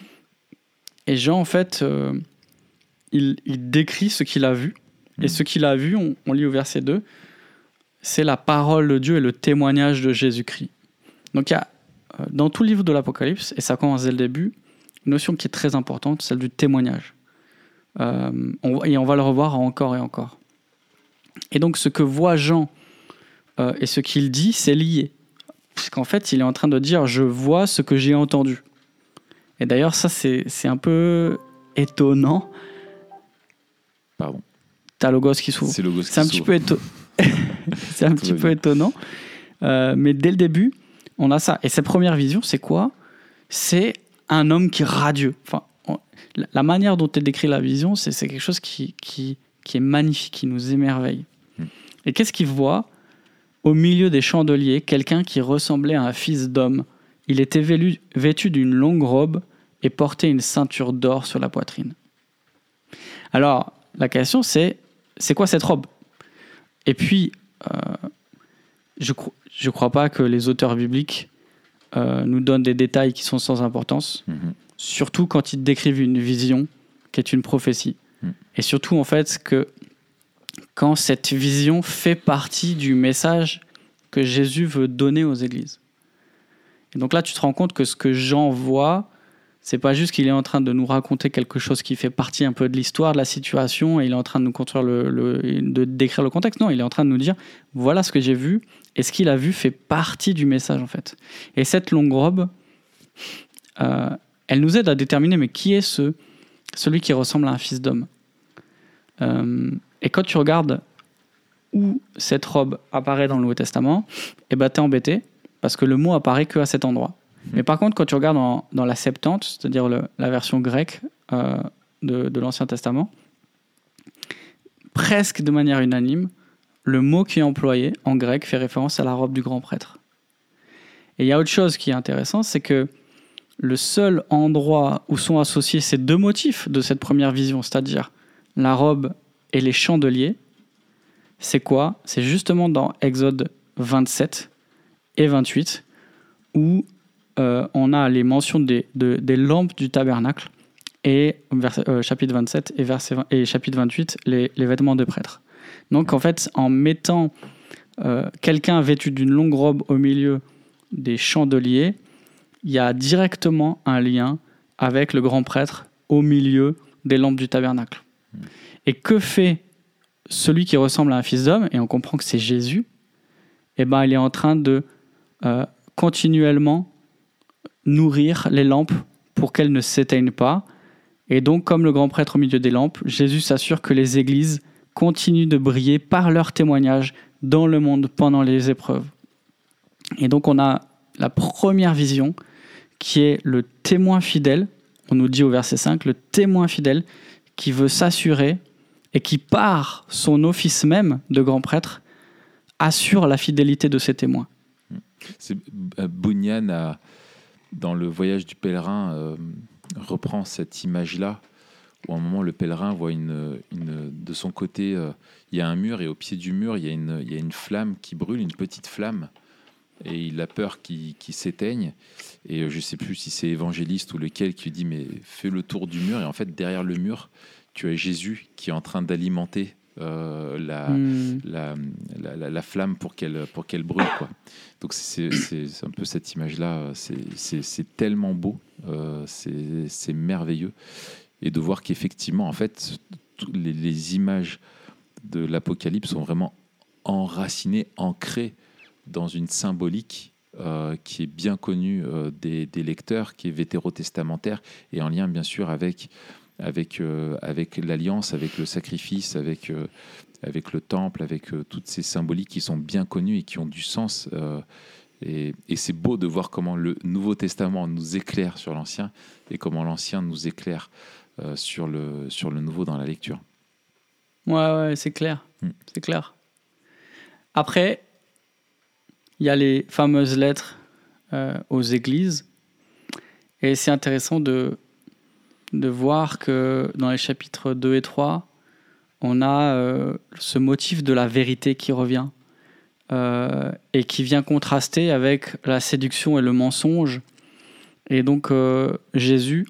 Et Jean, en fait, euh, il, il décrit ce qu'il a vu. Mmh. Et ce qu'il a vu, on, on lit au verset deux, c'est la parole de Dieu et le témoignage de Jésus-Christ. Donc il y a, euh, dans tout le livre de l'Apocalypse, et ça commence dès le début, une notion qui est très importante, celle du témoignage. Euh, on, et on va le revoir encore et encore. Et donc ce que voit Jean euh, et ce qu'il dit, c'est lié. Parce qu'en fait, il est en train de dire « je vois ce que j'ai entendu ». Et d'ailleurs, ça, c'est, c'est un peu étonnant. Pardon. T'as le gosse qui s'ouvre. C'est le gosse qui c'est un s'ouvre. Petit peu éto... c'est un petit peu étonnant. Euh, mais dès le début, on a ça. Et cette première vision, c'est quoi ? C'est un homme qui est radieux. Enfin, on... la manière dont est décrit la vision, c'est, c'est quelque chose qui... qui qui est magnifique, qui nous émerveille. Mmh. Et qu'est-ce qu'il voit ? Au milieu des chandeliers, quelqu'un qui ressemblait à un fils d'homme. Il était vélu, vêtu d'une longue robe et portait une ceinture d'or sur la poitrine. Alors, la question c'est, c'est quoi cette robe ? Et puis, euh, je ne crois pas que les auteurs bibliques euh, nous donnent des détails qui sont sans importance, mmh. surtout quand ils décrivent une vision qui est une prophétie. Et surtout, en fait, que quand cette vision fait partie du message que Jésus veut donner aux églises. Et donc là, tu te rends compte que ce que Jean voit, c'est pas juste qu'il est en train de nous raconter quelque chose qui fait partie un peu de l'histoire, de la situation, et il est en train de nous construire le, le, de décrire le contexte. Non, il est en train de nous dire, voilà ce que j'ai vu, et ce qu'il a vu fait partie du message, en fait. Et cette longue robe, euh, elle nous aide à déterminer, mais qui est ce... celui qui ressemble à un fils d'homme. Euh, et quand tu regardes où cette robe apparaît dans le Nouveau Testament, eh ben, t'es embêté, parce que le mot apparaît qu'à cet endroit. Mmh. Mais par contre, quand tu regardes dans, dans la Septante, c'est-à-dire le, la version grecque euh, de, de l'Ancien Testament, presque de manière unanime, le mot qui est employé en grec fait référence à la robe du grand prêtre. Et il y a autre chose qui est intéressant, c'est que le seul endroit où sont associés ces deux motifs de cette première vision, c'est-à-dire la robe et les chandeliers, c'est quoi ? C'est justement dans Exode vingt-sept et vingt-huit, où euh, on a les mentions des, de, des lampes du tabernacle, et verset, euh, chapitre vingt-sept et, verset vingt, et chapitre vingt-huit, les, les vêtements des prêtres. Donc en fait, en mettant euh, quelqu'un vêtu d'une longue robe au milieu des chandeliers, il y a directement un lien avec le grand prêtre au milieu des lampes du tabernacle. Mmh. Et que fait celui qui ressemble à un fils d'homme, et on comprend que c'est Jésus, eh ben, il est en train de euh, continuellement nourrir les lampes pour qu'elles ne s'éteignent pas. Et donc, comme le grand prêtre au milieu des lampes, Jésus s'assure que les églises continuent de briller par leur témoignage dans le monde pendant les épreuves. Et donc, on a la première vision qui est le témoin fidèle, on nous dit au verset cinq, le témoin fidèle qui veut s'assurer et qui, par son office même de grand prêtre, assure la fidélité de ses témoins. C'est, euh, Bunyan, a, dans le voyage du pèlerin, euh, reprend cette image-là, où à un moment le pèlerin voit une, une, de son côté, euh, il y a un mur, et au pied du mur, il y a une, il y a une flamme qui brûle, une petite flamme, et il a peur qu'il, qu'il s'éteigne. Et je ne sais plus si c'est Évangéliste ou lequel qui lui dit, mais fais le tour du mur, et en fait, derrière le mur, tu as Jésus qui est en train d'alimenter euh, la, mmh. la, la, la, la flamme pour qu'elle, pour qu'elle brûle, quoi. Donc c'est, c'est, c'est un peu cette image-là, c'est, c'est, c'est tellement beau, euh, c'est, c'est merveilleux. Et de voir qu'effectivement, en fait, les, les images de l'Apocalypse sont vraiment enracinées, ancrées dans une symbolique euh, qui est bien connue euh, des, des lecteurs, qui est vétérotestamentaire, et en lien, bien sûr, avec, avec, euh, avec l'alliance, avec le sacrifice, avec, euh, avec le temple, avec euh, toutes ces symboliques qui sont bien connues et qui ont du sens. Euh, et, et c'est beau de voir comment le Nouveau Testament nous éclaire sur l'Ancien et comment l'Ancien nous éclaire Euh, sur, le, sur le nouveau dans la lecture. Ouais, ouais, c'est clair. Mm. C'est clair. Après, il y a les fameuses lettres euh, aux églises. Et c'est intéressant de, de voir que dans les chapitres deux et trois, on a euh, ce motif de la vérité qui revient euh, et qui vient contraster avec la séduction et le mensonge. Et donc, euh, Jésus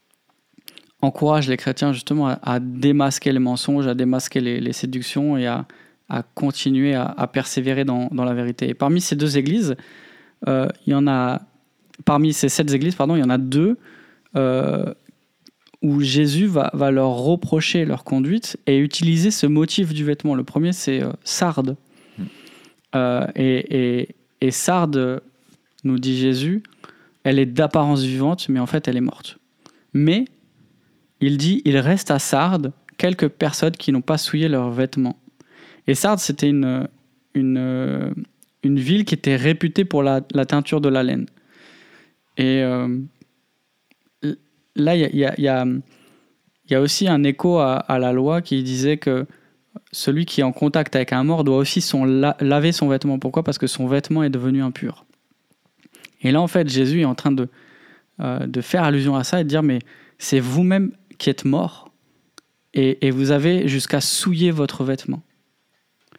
encourage les chrétiens justement à, à démasquer les mensonges, à démasquer les, les séductions et à, à continuer à, à persévérer dans, dans la vérité. Et parmi ces deux églises, euh, il y en a, parmi ces sept églises, pardon, il y en a deux euh, où Jésus va, va leur reprocher leur conduite et utiliser ce motif du vêtement. Le premier, c'est euh, Sardes. Mmh. Euh, et, et, et Sardes, nous dit Jésus, elle est d'apparence vivante, mais en fait, elle est morte. Mais il dit, il reste à Sardes quelques personnes qui n'ont pas souillé leurs vêtements. Et Sardes, c'était une, une, une ville qui était réputée pour la, la teinture de la laine. Et euh, là, il y a, y, a, y a aussi un écho à, à la loi qui disait que celui qui est en contact avec un mort doit aussi son la, laver son vêtement. Pourquoi ? Parce que son vêtement est devenu impur. Et là, en fait, Jésus est en train de, euh, de faire allusion à ça et de dire, mais c'est vous-même qui êtes mort et, et vous avez jusqu'à souiller votre vêtement. Pourquoi ?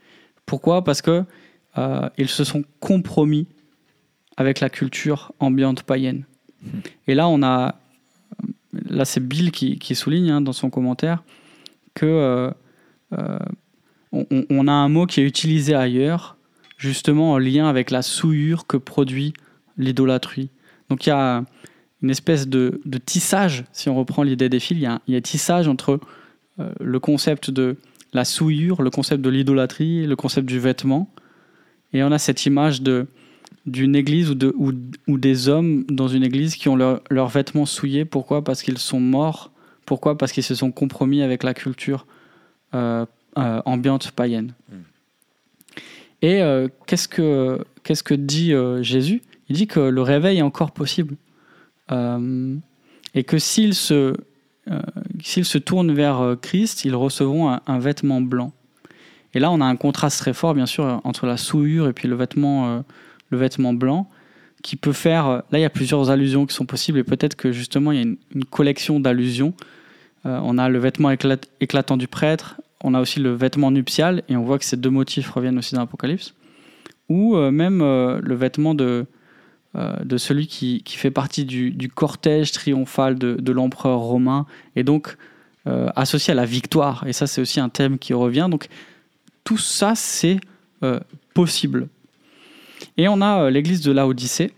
Parce que euh, ils se sont compromis avec la culture ambiante païenne. Mmh. Et là, on a, là c'est Bill qui, qui souligne hein, dans son commentaire que euh, euh, on, on a un mot qui est utilisé ailleurs, justement en lien avec la souillure que produit l'idolâtrie. Donc il y a une espèce de, de tissage, si on reprend l'idée des fils, il y a, il y a un tissage entre euh, le concept de la souillure, le concept de l'idolâtrie, le concept du vêtement, et on a cette image de, d'une église ou, de, ou, ou des hommes dans une église qui ont leur, leurs vêtements souillés. Pourquoi ? Parce qu'ils sont morts. Pourquoi ? Parce qu'ils se sont compromis avec la culture euh, euh, ambiante païenne. Mmh. Et euh, qu'est-ce que, qu'est-ce que dit euh, Jésus ? Il dit que le réveil est encore possible. Euh, et que s'ils se, euh, s'ils se tournent vers euh, Christ, ils recevront un, un vêtement blanc. Et là, on a un contraste très fort, bien sûr, entre la souillure et puis le vêtement, euh, le vêtement blanc, qui peut faire... Euh, là, il y a plusieurs allusions qui sont possibles, et peut-être que, justement, il y a une, une collection d'allusions. Euh, on a le vêtement éclat, éclatant du prêtre, on a aussi le vêtement nuptial, et on voit que ces deux motifs reviennent aussi dans l'Apocalypse, ou euh, même euh, le vêtement de... de celui qui, qui fait partie du, du cortège triomphal de, de l'empereur romain, et donc euh, associé à la victoire. Et ça, c'est aussi un thème qui revient. Donc, tout ça, c'est euh, possible. Et on a euh, l'église de Laodicée.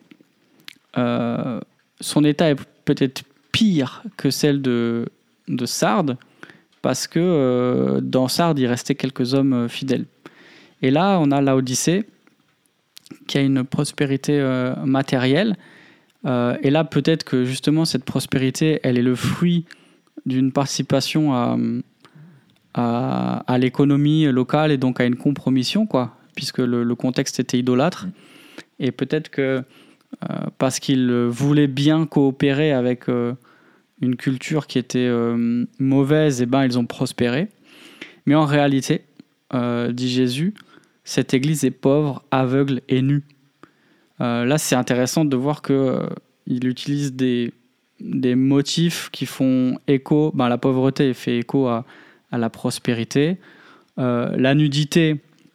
Euh, son état est peut-être pire que celle de, de Sardes, parce que euh, dans Sardes, il restait quelques hommes fidèles. Et là, on a Laodicée, qui a une prospérité euh, matérielle. Euh, et là, peut-être que justement, cette prospérité, elle est le fruit d'une participation à, à, à l'économie locale et donc à une compromission, quoi, puisque le, le contexte était idolâtre. Et peut-être que euh, parce qu'ils voulaient bien coopérer avec euh, une culture qui était euh, mauvaise, et ben, ils ont prospéré. Mais en réalité, euh, dit Jésus, cette église est pauvre, aveugle et nue. Euh, là, c'est intéressant de voir qu'il euh, utilise des, des motifs qui font écho. Ben, la pauvreté fait écho à, à la prospérité. Euh, la nudité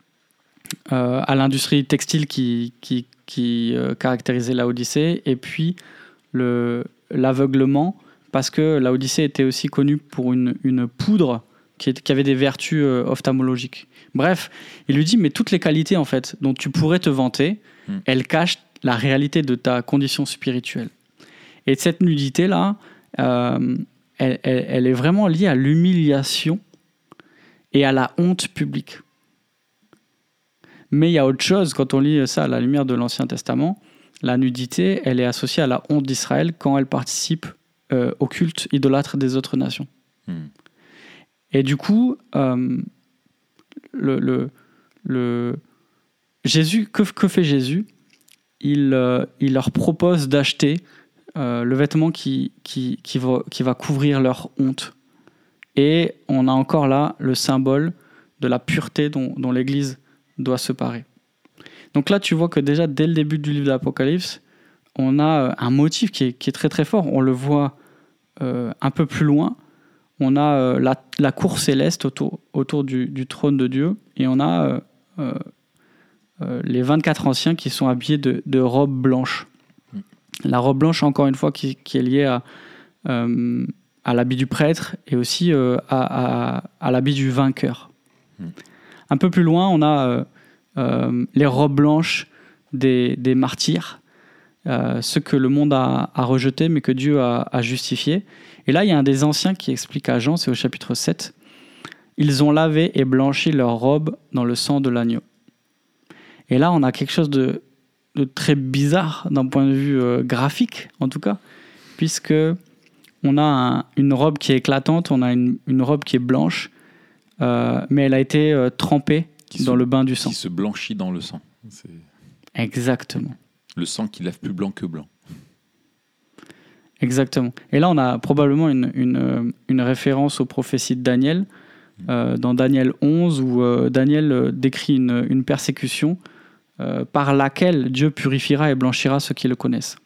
euh, à l'industrie textile qui, qui, qui euh, caractérisait Laodicée. Et puis le, l'aveuglement, parce que Laodicée était aussi connue pour une, une poudre qui, qui avait des vertus euh, ophtalmologiques. Bref, il lui dit, mais toutes les qualités en fait dont tu pourrais te vanter, mmh. elles cachent la réalité de ta condition spirituelle. Et cette nudité-là, euh, elle, elle, elle est vraiment liée à l'humiliation et à la honte publique. Mais il y a autre chose, quand on lit ça à la lumière de l'Ancien Testament, la nudité, elle est associée à la honte d'Israël quand elle participe euh, au culte idolâtre des autres nations. Mmh. Et du coup... Euh, Le, le, le... Jésus, que, que fait Jésus ? il, euh, il leur propose d'acheter euh, le vêtement qui, qui, qui, va, qui va couvrir leur honte. Et on a encore là le symbole de la pureté dont, dont l'Église doit se parer. Donc là, tu vois que déjà, dès le début du livre d'Apocalypse, on a un motif qui est, qui est très très fort. On le voit euh, un peu plus loin. On a euh, la, la cour céleste autour, autour du, du trône de Dieu, et on a euh, euh, euh, les vingt-quatre anciens qui sont habillés de, de robes blanches. Mmh. La robe blanche, encore une fois, qui, qui est liée à, euh, à l'habit du prêtre et aussi euh, à, à, à l'habit du vainqueur. Mmh. Un peu plus loin, on a euh, euh, les robes blanches des, des martyrs, euh, ceux que le monde a, a rejetés mais que Dieu a, a justifiés. Et là, il y a un des anciens qui explique à Jean, c'est au chapitre sept, « Ils ont lavé et blanchi leurs robes dans le sang de l'agneau. » Et là, on a quelque chose de, de très bizarre d'un point de vue euh, graphique, en tout cas, puisque on a un, une robe qui est éclatante, on a une, une robe qui est blanche, euh, mais elle a été euh, trempée qui dans se, le bain du sang. Qui se blanchit dans le sang. C'est... Exactement. Le sang qui lave plus blanc que blanc. Exactement. Et là, on a probablement une, une, une référence aux prophéties de Daniel, euh, dans Daniel onze, où euh, Daniel décrit une, une persécution euh, par laquelle Dieu purifiera et blanchira ceux qui le connaissent.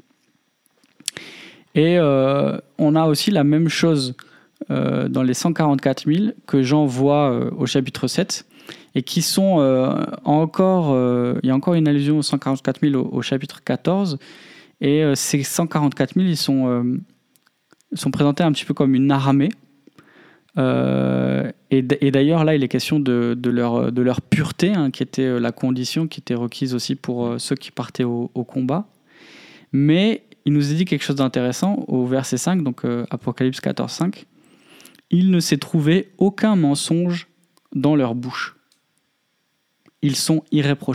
Et euh, on a aussi la même chose euh, dans les cent quarante-quatre mille que Jean voit euh, au chapitre sept, et qui sont euh, encore... Euh, il y a encore une allusion aux cent quarante-quatre mille au, au chapitre quatorze. Et euh, ces cent quarante-quatre mille, ils sont, euh, sont présentés un petit peu comme une armée. Euh, et, d- et d'ailleurs, là, il est question de, de, leur, de leur pureté, hein, qui était la condition qui était requise aussi pour euh, ceux qui partaient au, au combat. Mais il nous est dit quelque chose d'intéressant au verset cinq, donc euh, Apocalypse quatorze, cinq. « Il ne s'est trouvé aucun mensonge dans leur bouche. Ils sont irréprochables. »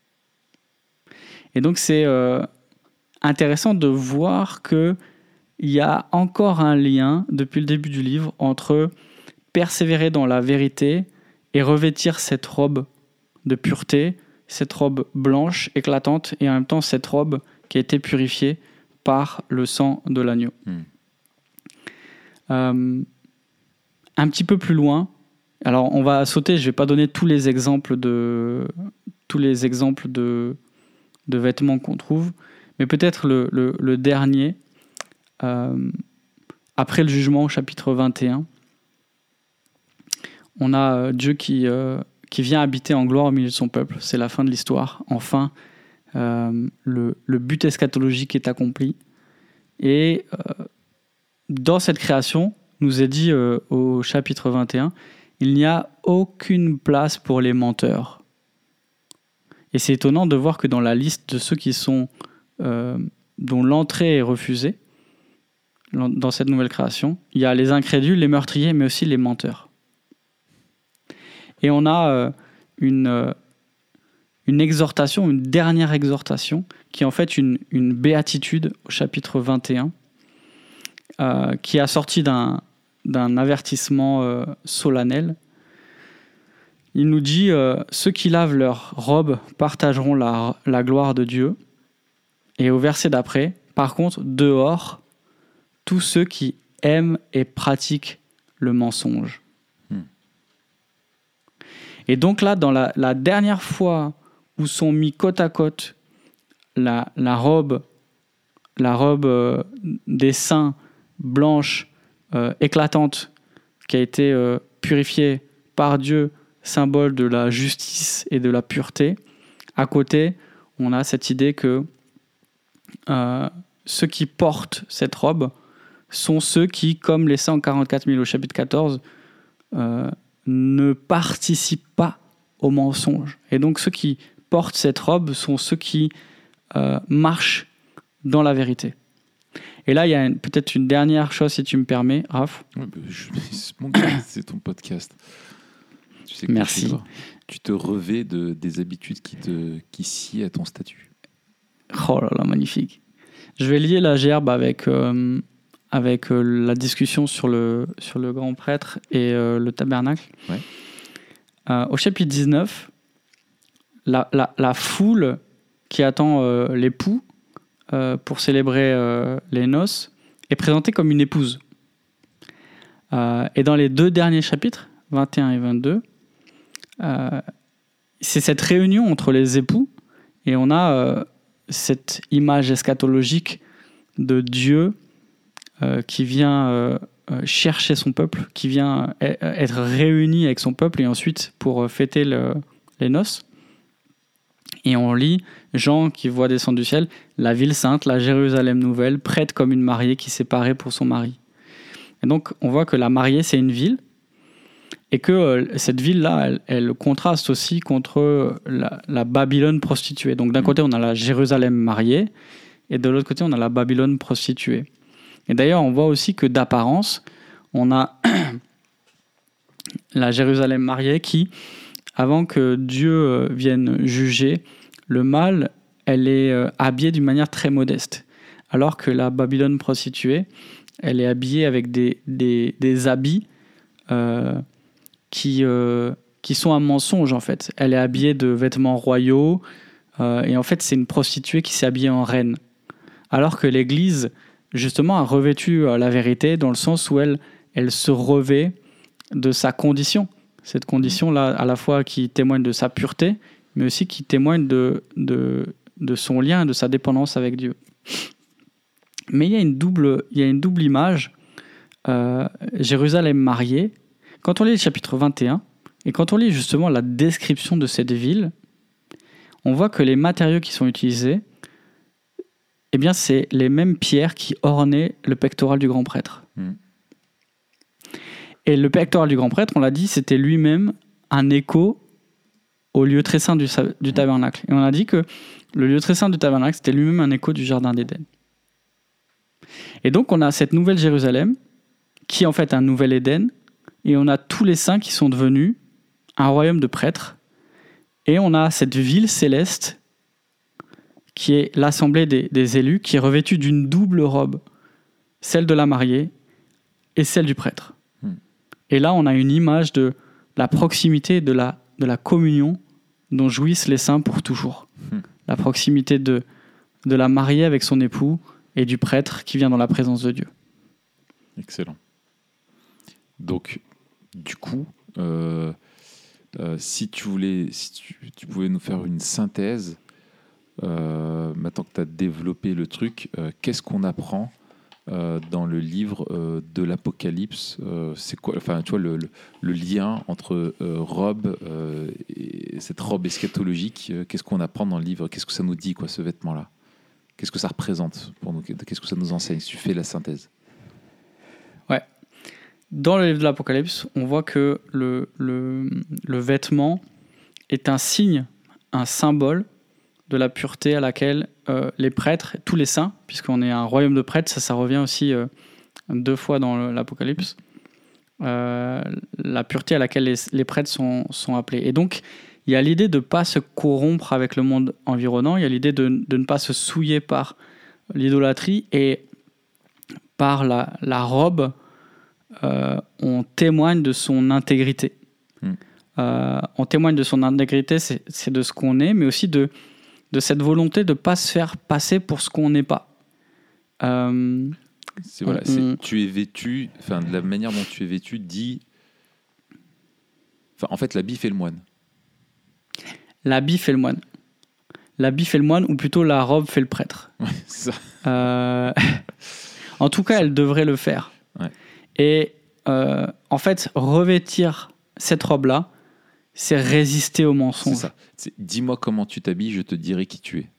Et donc, c'est... Euh, intéressant de voir qu'il y a encore un lien depuis le début du livre entre persévérer dans la vérité et revêtir cette robe de pureté cette robe blanche, éclatante, et en même temps cette robe qui a été purifiée par le sang de l'agneau. Mm. Euh, un petit peu plus loin, alors on va sauter, je ne vais pas donner tous les exemples de, tous les exemples de, de vêtements qu'on trouve, mais peut-être le, le, le dernier, euh, après le jugement au chapitre vingt et un, on a Dieu qui, euh, qui vient habiter en gloire au milieu de son peuple. C'est la fin de l'histoire. Enfin, euh, le, le but eschatologique est accompli. Et euh, dans cette création, nous est dit euh, au chapitre vingt et un, il n'y a aucune place pour les menteurs. Et c'est étonnant de voir que dans la liste de ceux qui sont, euh, dont l'entrée est refusée, dans cette nouvelle création, il y a les incrédules, les meurtriers, mais aussi les menteurs. Et on a euh, une, euh, une exhortation, une dernière exhortation, qui est en fait une, une béatitude au chapitre vingt et un, euh, qui est assortie d'un, d'un avertissement euh, solennel. Il nous dit euh, « Ceux qui lavent leurs robes partageront la, la gloire de Dieu. » Et au verset d'après, « Par contre, dehors, tous ceux qui aiment et pratiquent le mensonge. » Hmm. Et donc là, dans la, la dernière fois où sont mis côte à côte la, la robe, la robe euh, des saints, blanche, euh, éclatante, qui a été euh, purifiée par Dieu, symbole de la justice et de la pureté, à côté, on a cette idée que euh, ceux qui portent cette robe sont ceux qui, comme les cent quarante-quatre mille au chapitre quatorze, euh, ne participent pas au mensonge. Et donc ceux qui portent cette robe sont ceux qui euh, marchent dans la vérité. Et là, il y a une, peut-être une dernière chose, si tu me permets, Raph. Ouais, bah, je, mon gars, c'est ton podcast. Tu sais que Merci. Tu te revais de, des habitudes qui, te, qui sient à ton statut. Oh là là, magnifique. Je vais lier la gerbe avec... Euh, avec euh, la discussion sur le, sur le grand prêtre et euh, le tabernacle. Ouais. Euh, au chapitre dix-neuf, la, la, la foule qui attend euh, l'époux euh, pour célébrer euh, les noces est présentée comme une épouse. Euh, et dans les deux derniers chapitres, vingt et un et vingt-deux, euh, c'est cette réunion entre les époux et on a euh, cette image eschatologique de Dieu Euh, qui vient euh, chercher son peuple, qui vient euh, être réuni avec son peuple et ensuite pour euh, fêter le, les noces. Et on lit Jean qui voit descendre du ciel la ville sainte, la Jérusalem nouvelle, prête comme une mariée qui s'est parée pour son mari. Et donc on voit que la mariée c'est une ville et que euh, cette ville-là, elle, elle contraste aussi contre la, la Babylone prostituée. Donc d'un côté on a la Jérusalem mariée et de l'autre côté on a la Babylone prostituée. Et d'ailleurs, on voit aussi que d'apparence, on a la Jérusalem mariée qui, avant que Dieu vienne juger le mal, elle est habillée d'une manière très modeste. Alors que la Babylone prostituée, elle est habillée avec des, des, des habits euh, qui, euh, qui sont un mensonge, en fait. Elle est habillée de vêtements royaux, euh, et en fait, c'est une prostituée qui s'est habillée en reine. Alors que l'Église... justement, a revêtu la vérité dans le sens où elle, elle se revêt de sa condition. Cette condition-là, à la fois qui témoigne de sa pureté, mais aussi qui témoigne de, de, de son lien, de sa dépendance avec Dieu. Mais il y a une double, il y a une double image. Euh, Jérusalem mariée, quand on lit le chapitre vingt et un, et quand on lit justement la description de cette ville, on voit que les matériaux qui sont utilisés, eh bien, c'est les mêmes pierres qui ornaient le pectoral du grand prêtre. Mmh. Et le pectoral du grand prêtre, on l'a dit, c'était lui-même un écho au lieu très saint du, du tabernacle. Et on a dit que le lieu très saint du tabernacle, c'était lui-même un écho du jardin d'Éden. Et donc, on a cette nouvelle Jérusalem, qui est en fait un nouvel Éden, et on a tous les saints qui sont devenus un royaume de prêtres, et on a cette ville céleste qui est l'assemblée des, des élus, qui est revêtue d'une double robe, celle de la mariée et celle du prêtre. Hmm. Et là, on a une image de la proximité, de la, de la communion dont jouissent les saints pour toujours. Mmh. La proximité de, de la mariée avec son époux et du prêtre qui vient dans la présence de Dieu. Excellent. Donc, du coup, euh, euh, si tu voulais, si tu, tu pouvais nous faire une synthèse, euh, maintenant que tu as développé le truc, euh, qu'est-ce qu'on apprend euh, dans le livre euh, de l'Apocalypse? euh, C'est quoi, enfin, tu vois, le, le, le lien entre euh, robe euh, et cette robe eschatologique, euh, qu'est-ce qu'on apprend dans le livre? Qu'est-ce que ça nous dit, quoi, ce vêtement-là? Qu'est-ce que ça représente pour nous? Qu'est-ce que ça nous enseigne si tu fais la synthèse? Ouais. Dans le livre de l'Apocalypse, on voit que le, le, le vêtement est un signe, un symbole de la pureté à laquelle euh, les prêtres, tous les saints, puisqu'on est un royaume de prêtres, ça, ça revient aussi euh, deux fois dans le, l'Apocalypse, euh, la pureté à laquelle les, les prêtres sont, sont appelés. Et donc, il y a l'idée de ne pas se corrompre avec le monde environnant, il y a l'idée de, de ne pas se souiller par l'idolâtrie, et par la, la robe, euh, on témoigne de son intégrité. Mmh. Euh, on témoigne de son intégrité, c'est, c'est de ce qu'on est, mais aussi de, de cette volonté de ne pas se faire passer pour ce qu'on n'est pas. Euh, c'est, voilà, on, c'est, tu es vêtu, enfin, de la manière dont tu es vêtu dit... Enfin, en fait, l'habit fait le moine. L'habit fait le moine. L'habit fait le moine, ou plutôt la robe fait le prêtre. Ouais, c'est ça. Euh, en tout cas, elle devrait le faire. Ouais. Et euh, en fait, revêtir cette robe-là, c'est résister au mensonge. C'est ça. C'est, dis-moi comment tu t'habilles, je te dirai qui tu es.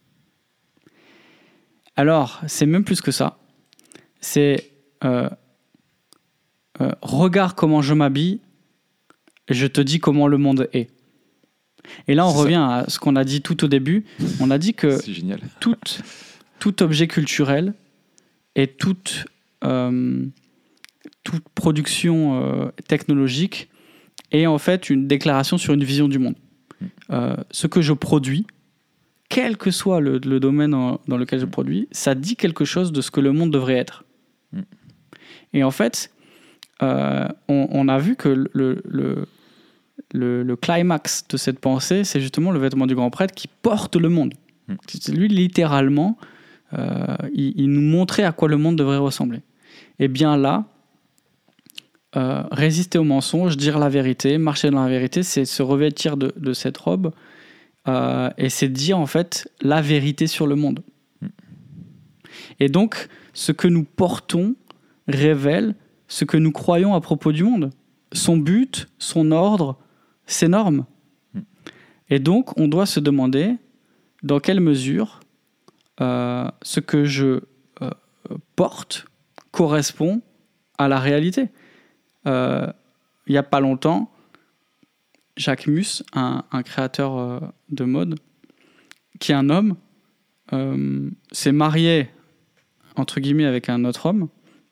Alors, c'est même plus que ça. C'est euh, euh, regarde comment je m'habille, et je te dis comment le monde est. Et là, on c'est revient ça. À ce qu'on a dit tout au début. On a dit que c'est génial. tout, tout objet culturel et toute, euh, toute production euh, technologique est en fait une déclaration sur une vision du monde. Mmh. Euh, ce que je produis, quel que soit le, le domaine en, dans lequel je produis, ça dit quelque chose de ce que le monde devrait être. Mmh. Et en fait, euh, on, on a vu que le, le, le, le climax de cette pensée, c'est justement le vêtement du grand prêtre qui porte le monde. Mmh. C'est lui, littéralement, euh, il, il nous montrait à quoi le monde devrait ressembler. Et bien là, euh, résister au mensonge, dire la vérité, marcher dans la vérité, c'est se revêtir de, de cette robe euh, et c'est dire en fait la vérité sur le monde. Mmh. Et donc, ce que nous portons révèle ce que nous croyons à propos du monde. Son but, son ordre, ses normes. Mmh. Et donc, on doit se demander dans quelle mesure euh, ce que je euh, porte correspond à la réalité. Euh, il n'y a pas longtemps, Jacques Mus, un, un créateur euh, de mode, qui est un homme, euh, s'est marié, entre guillemets, avec un autre homme,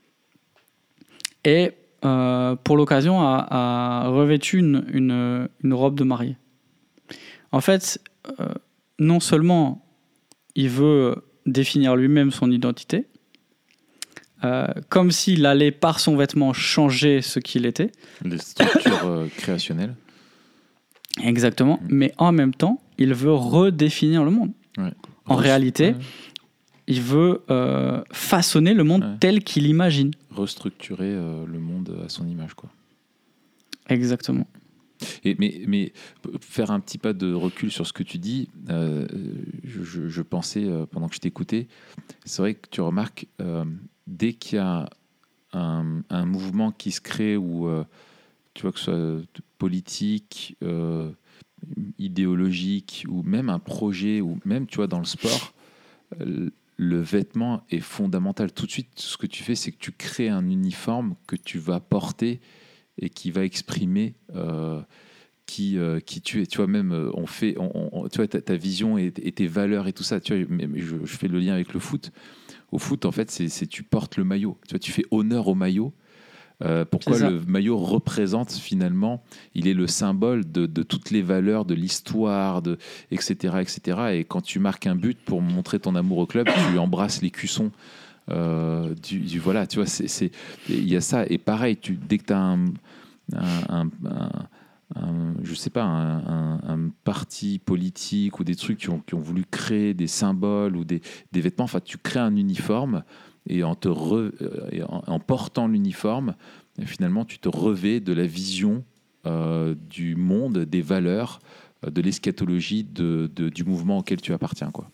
et euh, pour l'occasion a, a revêtu une, une, une robe de mariée. En fait, euh, non seulement il veut définir lui-même son identité, euh, comme s'il allait par son vêtement changer ce qu'il était. Les structures euh, créationnelles. Exactement, mmh. Mais en même temps, il veut redéfinir le monde. Ouais. En Re- réalité, ouais. il veut euh, façonner le monde ouais. tel qu'il imagine. Restructurer euh, le monde à son image, quoi. Exactement. Et, mais, mais faire un petit pas de recul sur ce que tu dis, euh, je, je, je pensais, euh, pendant que je t'écoutais, c'est vrai que tu remarques, euh, dès qu'il y a un, un mouvement qui se crée, ou euh, tu vois, que ce soit politique, euh, idéologique, ou même un projet, ou même, tu vois, dans le sport, euh, le vêtement est fondamental. Tout de suite, ce que tu fais, c'est que tu crées un uniforme que tu vas porter et qui va exprimer euh, qui, euh, qui tu es. Tu vois, même, on fait, on, on, tu vois, ta, ta vision et, et tes valeurs et tout ça. Tu vois, mais, mais je, je fais le lien avec le foot. Au foot, en fait, c'est, c'est tu portes le maillot. Tu vois, tu fais honneur au maillot. Euh, pourquoi le maillot représente finalement, il est le symbole de, de toutes les valeurs, de l'histoire, de, et cetera, et cetera. Et quand tu marques un but pour montrer ton amour au club, tu embrasses l'écusson. Euh, du, du, voilà, tu vois, c'est, c'est, il y a ça. Et pareil, tu, dès que tu as un, un, un, un, je sais pas, un, un, un parti politique ou des trucs qui ont, qui ont voulu créer des symboles ou des, des vêtements. Enfin, tu crées un uniforme et en, te re, et en, en portant l'uniforme, finalement, tu te revêts de la vision euh, du monde, des valeurs, de l'eschatologie de, de, du mouvement auquel tu appartiens, quoi.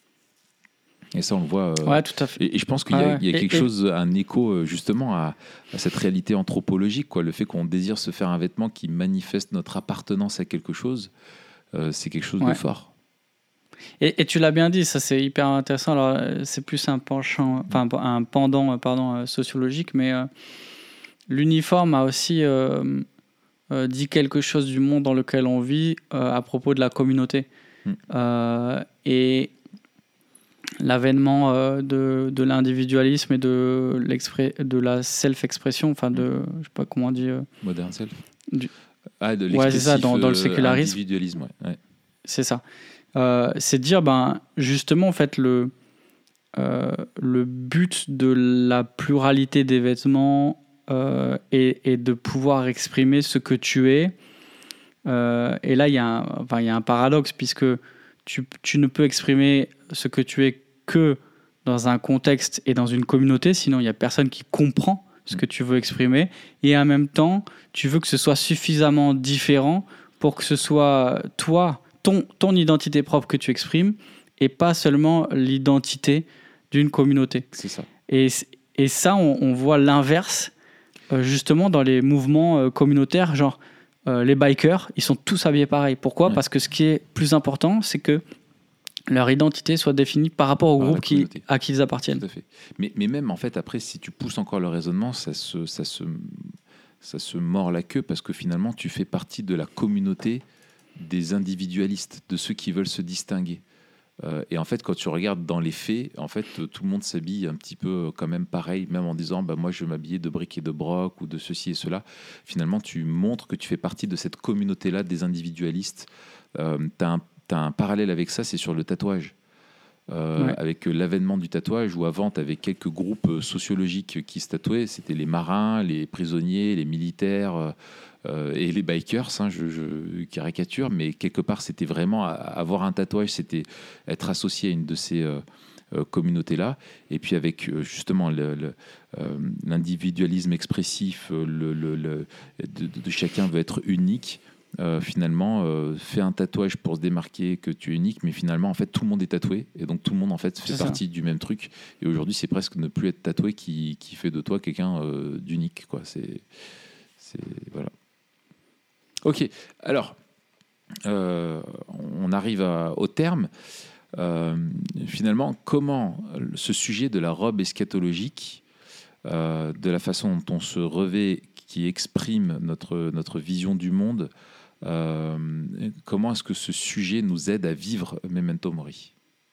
Et ça, on le voit. Euh, ouais, tout à fait. Et, et je pense qu'il y a, ouais, il y a et, quelque et... chose, un écho justement à, à cette réalité anthropologique, quoi. Le fait qu'on désire se faire un vêtement qui manifeste notre appartenance à quelque chose, euh, c'est quelque chose ouais. de fort. Et, et tu l'as bien dit, ça c'est hyper intéressant. Alors, c'est plus un penchant, enfin un pendant, pardon, sociologique, mais euh, l'uniforme a aussi euh, euh, dit quelque chose du monde dans lequel on vit euh, à propos de la communauté. Mm. Euh, et l'avènement euh, de, de l'individualisme et de, de la self-expression, enfin de, je sais pas comment on dit. Euh, Modern self. Du... Ah, de ouais, c'est ça, dans, dans le sécularisme. Individualisme, ouais. ouais. C'est ça. Euh, c'est de dire, ben, justement, en fait, le, euh, le but de la pluralité des vêtements euh, est, est de pouvoir exprimer ce que tu es. Euh, et là, il y, enfin, y a un paradoxe, puisque tu, tu ne peux exprimer ce que tu es que dans un contexte et dans une communauté, sinon il n'y a personne qui comprend ce que tu veux exprimer. Et en même temps, tu veux que ce soit suffisamment différent pour que ce soit toi, ton, ton identité propre que tu exprimes, et pas seulement l'identité d'une communauté. C'est ça. Et, et ça, on, on voit l'inverse, euh, justement, dans les mouvements euh, communautaires, genre euh, les bikers, ils sont tous habillés pareil. Pourquoi ? Ouais. Parce que ce qui est plus important, c'est que leur identité soit définie par rapport au par groupe qui, à qui ils appartiennent. Tout à fait. Mais, mais même, en fait, après, si tu pousses encore le raisonnement, ça se, ça, se, ça se mord la queue parce que finalement, tu fais partie de la communauté des individualistes, de ceux qui veulent se distinguer. Euh, et en fait, quand tu regardes dans les faits, en fait, tout le monde s'habille un petit peu quand même pareil, même en disant bah, « moi, je vais m'habiller de bric et de broc » ou de ceci et cela. Finalement, tu montres que tu fais partie de cette communauté-là des individualistes. Euh, tu as un Tu as un parallèle avec ça, c'est sur le tatouage. Euh, ouais. Avec l'avènement du tatouage, où avant, tu avais quelques groupes sociologiques qui se tatouaient. C'était les marins, les prisonniers, les militaires euh, et les bikers, hein, je, je caricature, mais quelque part, c'était vraiment avoir un tatouage, c'était être associé à une de ces euh, communautés-là. Et puis avec justement le, le, euh, l'individualisme expressif, le, le, le, de, de chacun veut être unique. Euh, finalement, euh, fais un tatouage pour se démarquer que tu es unique, mais finalement, en fait, tout le monde est tatoué, et donc tout le monde en fait fait c'est partie ça. Du même truc. Et aujourd'hui, c'est presque ne plus être tatoué qui, qui fait de toi quelqu'un euh, d'unique, quoi. C'est, c'est voilà. Ok. Alors, euh, on arrive à, au terme. Euh, finalement, comment ce sujet de la robe eschatologique, euh, de la façon dont on se revêt, qui exprime notre notre vision du monde. Euh, comment est-ce que ce sujet nous aide à vivre Memento Mori ?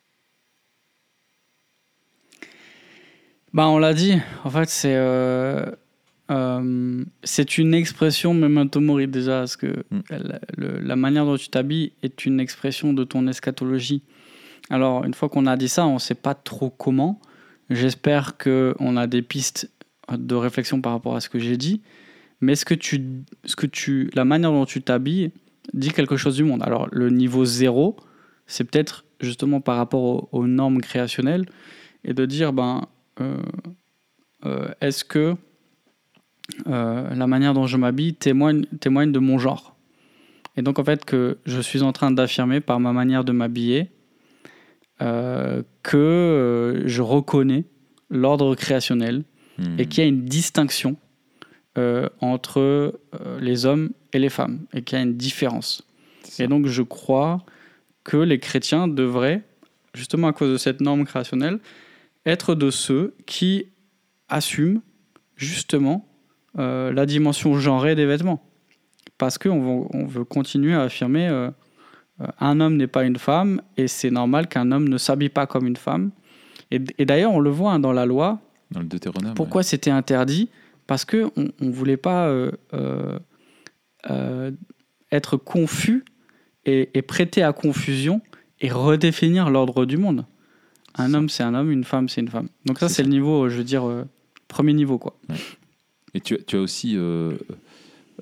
Bah, on l'a dit, en fait, c'est, euh, euh, c'est une expression Memento Mori déjà, parce que mm. la, le, la manière dont tu t'habilles est une expression de ton eschatologie. Alors, une fois qu'on a dit ça, on ne sait pas trop comment. J'espère qu'on a des pistes de réflexion par rapport à ce que j'ai dit. Mais ce que tu, ce que tu, la manière dont tu t'habilles dit quelque chose du monde. Alors, le niveau zéro, c'est peut-être justement par rapport aux, aux normes créationnelles et de dire, ben, euh, euh, est-ce que euh, la manière dont je m'habille témoigne, témoigne de mon genre ? Et donc, en fait, que je suis en train d'affirmer par ma manière de m'habiller euh, que euh, je reconnais l'ordre créationnel mmh. et qu'il y a une distinction Euh, entre euh, les hommes et les femmes, et qu'il y a une différence. Et donc je crois que les chrétiens devraient, justement à cause de cette norme créationnelle, être de ceux qui assument justement euh, la dimension genrée des vêtements. Parce qu'on veut, on veut continuer à affirmer euh, euh, un homme n'est pas une femme, et c'est normal qu'un homme ne s'habille pas comme une femme. Et, et d'ailleurs, on le voit hein, dans la loi. Dans le Deutéronome. Pourquoi ouais. c'était interdit ? Parce qu'on ne voulait pas euh, euh, euh, être confus et, et prêter à confusion et redéfinir l'ordre du monde. Un c'est homme, c'est un homme, une femme, c'est une femme. Donc ça, c'est, c'est ça. Le niveau, je veux dire, euh, premier niveau, quoi. Ouais. Et tu, tu as aussi euh,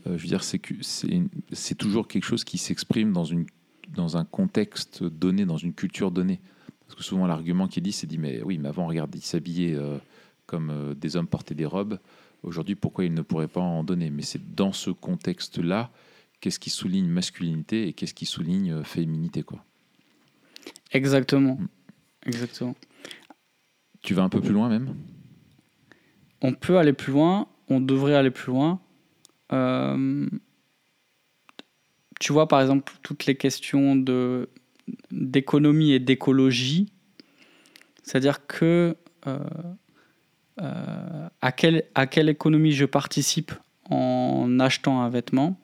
euh, je veux dire, c'est que c'est, c'est toujours quelque chose qui s'exprime dans, une, dans un contexte donné, dans une culture donnée. Parce que souvent, l'argument qui est dit, c'est dit, mais oui, mais avant, regarde, ils s'habillaient euh, comme euh, des hommes portaient des robes. Aujourd'hui, pourquoi ils ne pourraient pas en donner? Mais c'est dans ce contexte-là, qu'est-ce qui souligne masculinité et qu'est-ce qui souligne euh, féminité, quoi. Exactement. Mm. Exactement. Tu vas un peu plus loin même? On peut aller plus loin, on devrait aller plus loin. Euh, tu vois, par exemple, toutes les questions de, d'économie et d'écologie, c'est-à-dire que euh, euh, à, quelle, à quelle économie je participe en achetant un vêtement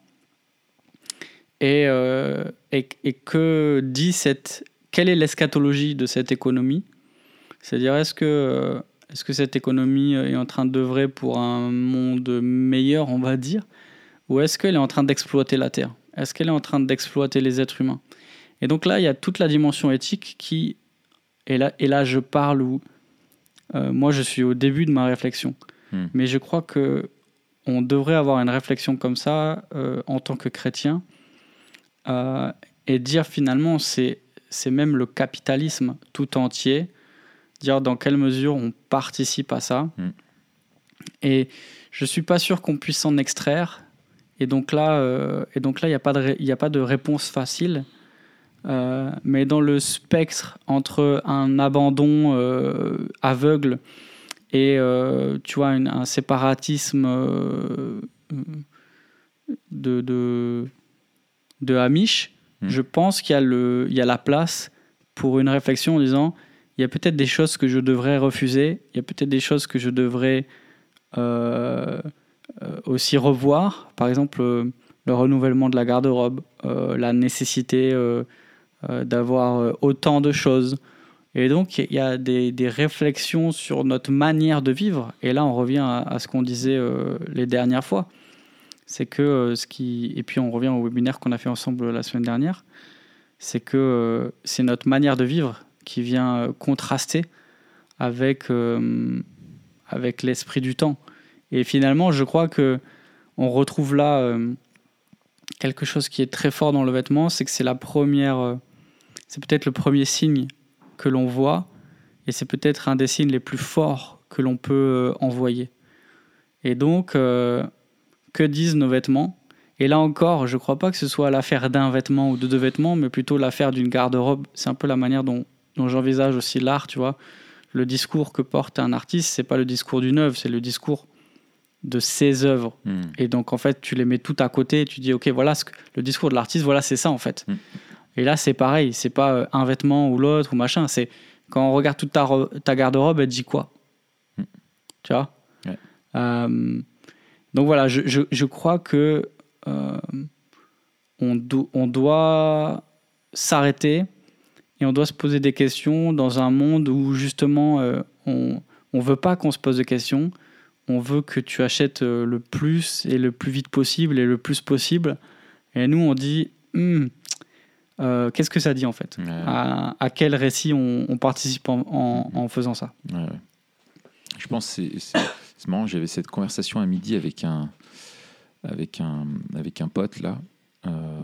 et, euh, et, et que dit cette, quelle est l'eschatologie de cette économie, c'est-à-dire est-ce que euh, Est-ce que cette économie est en train d'œuvrer pour un monde meilleur, on va dire, ou est-ce qu'elle est en train d'exploiter la Terre? Est-ce qu'elle est en train d'exploiter les êtres humains? Et donc là, il y a toute la dimension éthique qui... Et là, et là je parle où... Euh, moi, je suis au début de ma réflexion. Mmh. Mais je crois qu'on devrait avoir une réflexion comme ça euh, en tant que chrétien euh, et dire finalement, c'est, c'est même le capitalisme tout entier, dire dans quelle mesure on participe à ça. Mmh. Et je ne suis pas sûr qu'on puisse s'en extraire. Et donc là, euh, et donc là, il n'y a pas de, ré- y a pas de réponse facile. Euh, mais dans le spectre entre un abandon euh, aveugle et euh, tu vois, une, un séparatisme euh, de, de, de Amish, mmh. je pense qu'il y a, le, il y a la place pour une réflexion en disant il y a peut-être des choses que je devrais refuser, il y a peut-être des choses que je devrais euh, euh, aussi revoir. Par exemple, euh, le renouvellement de la garde-robe, euh, la nécessité euh, euh, d'avoir euh, autant de choses. Et donc, il y a des, des réflexions sur notre manière de vivre. Et là, on revient à, à ce qu'on disait euh, les dernières fois. C'est que euh, ce qui... Et puis, on revient au webinaire qu'on a fait ensemble la semaine dernière. C'est que euh, c'est notre manière de vivre qui vient euh, contraster avec, euh, avec l'esprit du temps. Et finalement, je crois qu'on retrouve là euh, quelque chose qui est très fort dans le vêtement, c'est que c'est la première, euh, c'est peut-être le premier signe que l'on voit, et c'est peut-être un des signes les plus forts que l'on peut euh, envoyer. Et donc, euh, que disent nos vêtements? Et là encore, je ne crois pas que ce soit l'affaire d'un vêtement ou de deux vêtements, mais plutôt l'affaire d'une garde-robe. C'est un peu la manière dont, dont j'envisage aussi l'art, tu vois. Le discours que porte un artiste, c'est pas le discours d'une œuvre, c'est le discours de ses œuvres. Mmh. Et donc, en fait, tu les mets tout à côté et tu dis, OK, voilà ce que, le discours de l'artiste, voilà, c'est ça, en fait. Mmh. Et là, c'est pareil. C'est pas un vêtement ou l'autre ou machin. C'est quand on regarde toute ta, ta garde-robe, elle dit quoi? Mmh. Tu vois? Ouais. Euh, donc, voilà, je, je, je crois que euh, on, do, on doit s'arrêter et on doit se poser des questions dans un monde où, justement, euh, on ne veut pas qu'on se pose de questions. On veut que tu achètes le plus et le plus vite possible et le plus possible. Et nous, on dit, hm, euh, qu'est-ce que ça dit en fait? Ouais. à, à quel récit on, on participe en, en, en faisant ça? Ouais. Je pense que c'est, c'est, c'est marrant, j'avais cette conversation à midi avec un, avec un, avec un pote là. Euh,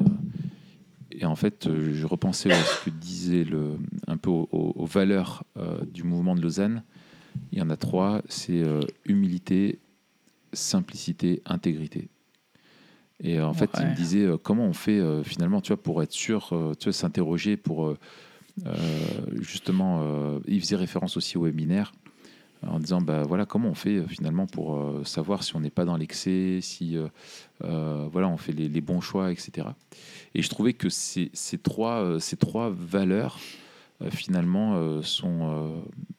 et en fait, je repensais à ce que disait le, un peu aux, aux valeurs euh, du mouvement de Lausanne. Il y en a trois, c'est euh, humilité, simplicité, intégrité. Et euh, en fait, ouais. il me disait euh, comment on fait euh, finalement, tu vois, pour être sûr, euh, tu vois, s'interroger pour euh, euh, justement, euh, il faisait référence aussi au webinaire en disant, bah voilà, comment on fait euh, finalement pour euh, savoir si on n'est pas dans l'excès, si euh, euh, voilà, on fait les, les bons choix, et cetera. Et je trouvais que ces, ces trois, euh, ces trois valeurs euh, finalement euh, sont euh,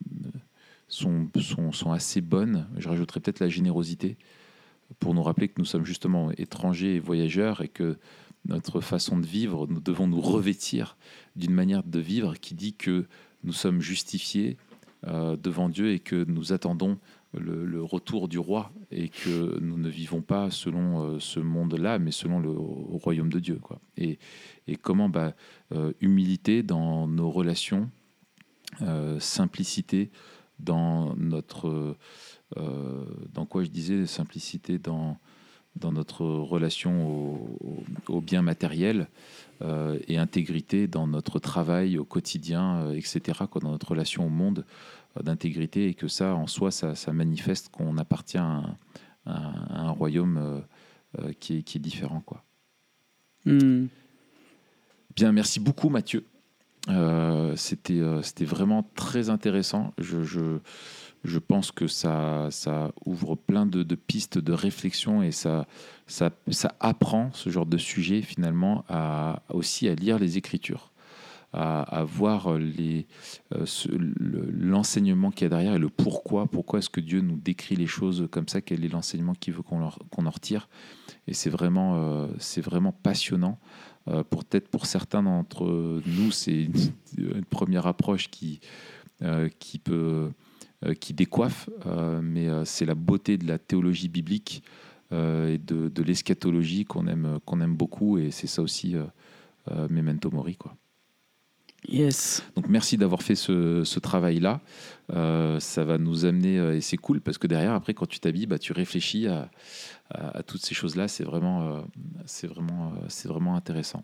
Sont, sont, sont assez bonnes. Je rajouterais peut-être la générosité pour nous rappeler que nous sommes justement étrangers et voyageurs et que notre façon de vivre, nous devons nous revêtir d'une manière de vivre qui dit que nous sommes justifiés euh, devant Dieu et que nous attendons le, le retour du roi et que nous ne vivons pas selon euh, ce monde-là, mais selon le au royaume de Dieu, quoi. Et, et comment bah, euh, humilité dans nos relations, euh, simplicité dans notre euh, dans quoi je disais simplicité dans dans notre relation au, au, au bien matériel euh, et intégrité dans notre travail au quotidien, euh, et cetera, quoi, dans notre relation au monde, euh, d'intégrité, et que ça, en soi, ça, ça manifeste qu'on appartient à un, à un royaume euh, euh, qui, est, qui est différent, quoi. Mm. Bien, merci beaucoup, Mathieu. Euh, c'était, euh, c'était vraiment très intéressant. Je, je, je pense que ça, ça ouvre plein de, de pistes de réflexion, et ça, ça, ça apprend ce genre de sujet finalement à, aussi à lire les Écritures, à, à voir les, euh, ce, le, l'enseignement qu'il y a derrière et le pourquoi. Pourquoi est-ce que Dieu nous décrit les choses comme ça? Quel est l'enseignement qu'il veut qu'on, leur, qu'on en retire? Et c'est vraiment, euh, c'est vraiment passionnant. Euh, pour peut-être pour certains d'entre nous, c'est une, une première approche qui, euh, qui peut, euh, qui décoiffe, euh, mais euh, c'est la beauté de la théologie biblique euh, et de, de l'eschatologie qu'on aime, qu'on aime beaucoup, et c'est ça aussi euh, euh, Memento Mori, quoi. Yes. Donc merci d'avoir fait ce, ce travail-là. Euh, ça va nous amener, euh, et c'est cool parce que derrière, après, quand tu t'habilles, bah, tu réfléchis à, à, à toutes ces choses-là. C'est vraiment, euh, c'est vraiment, euh, c'est vraiment intéressant.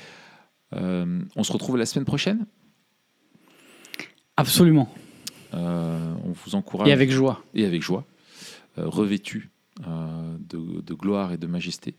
Euh, on se retrouve la semaine prochaine. Absolument. Euh, on vous encourage. Et avec joie. Et avec joie. Euh, revêtus euh, de, de gloire et de majesté.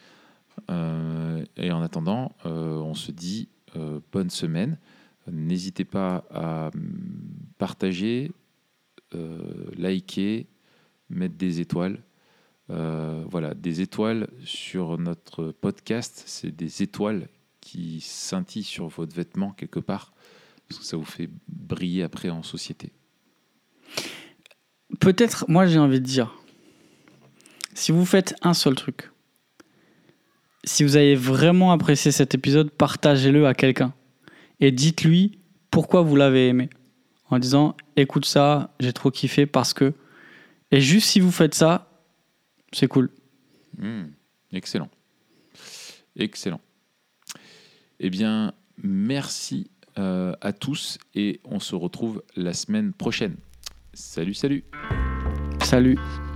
Euh, et en attendant, euh, on se dit euh, bonne semaine. N'hésitez pas à partager, euh, liker, mettre des étoiles. Euh, voilà, des étoiles sur notre podcast, c'est des étoiles qui scintillent sur votre vêtement quelque part, parce que ça vous fait briller après en société. Peut-être, moi j'ai envie de dire, si vous faites un seul truc, si vous avez vraiment apprécié cet épisode, partagez-le à quelqu'un. Et dites-lui pourquoi vous l'avez aimé. En disant, écoute ça, j'ai trop kiffé parce que... Et juste si vous faites ça, c'est cool. Mmh, excellent. Excellent. Eh bien, merci euh, à tous, et on se retrouve la semaine prochaine. Salut, salut. Salut.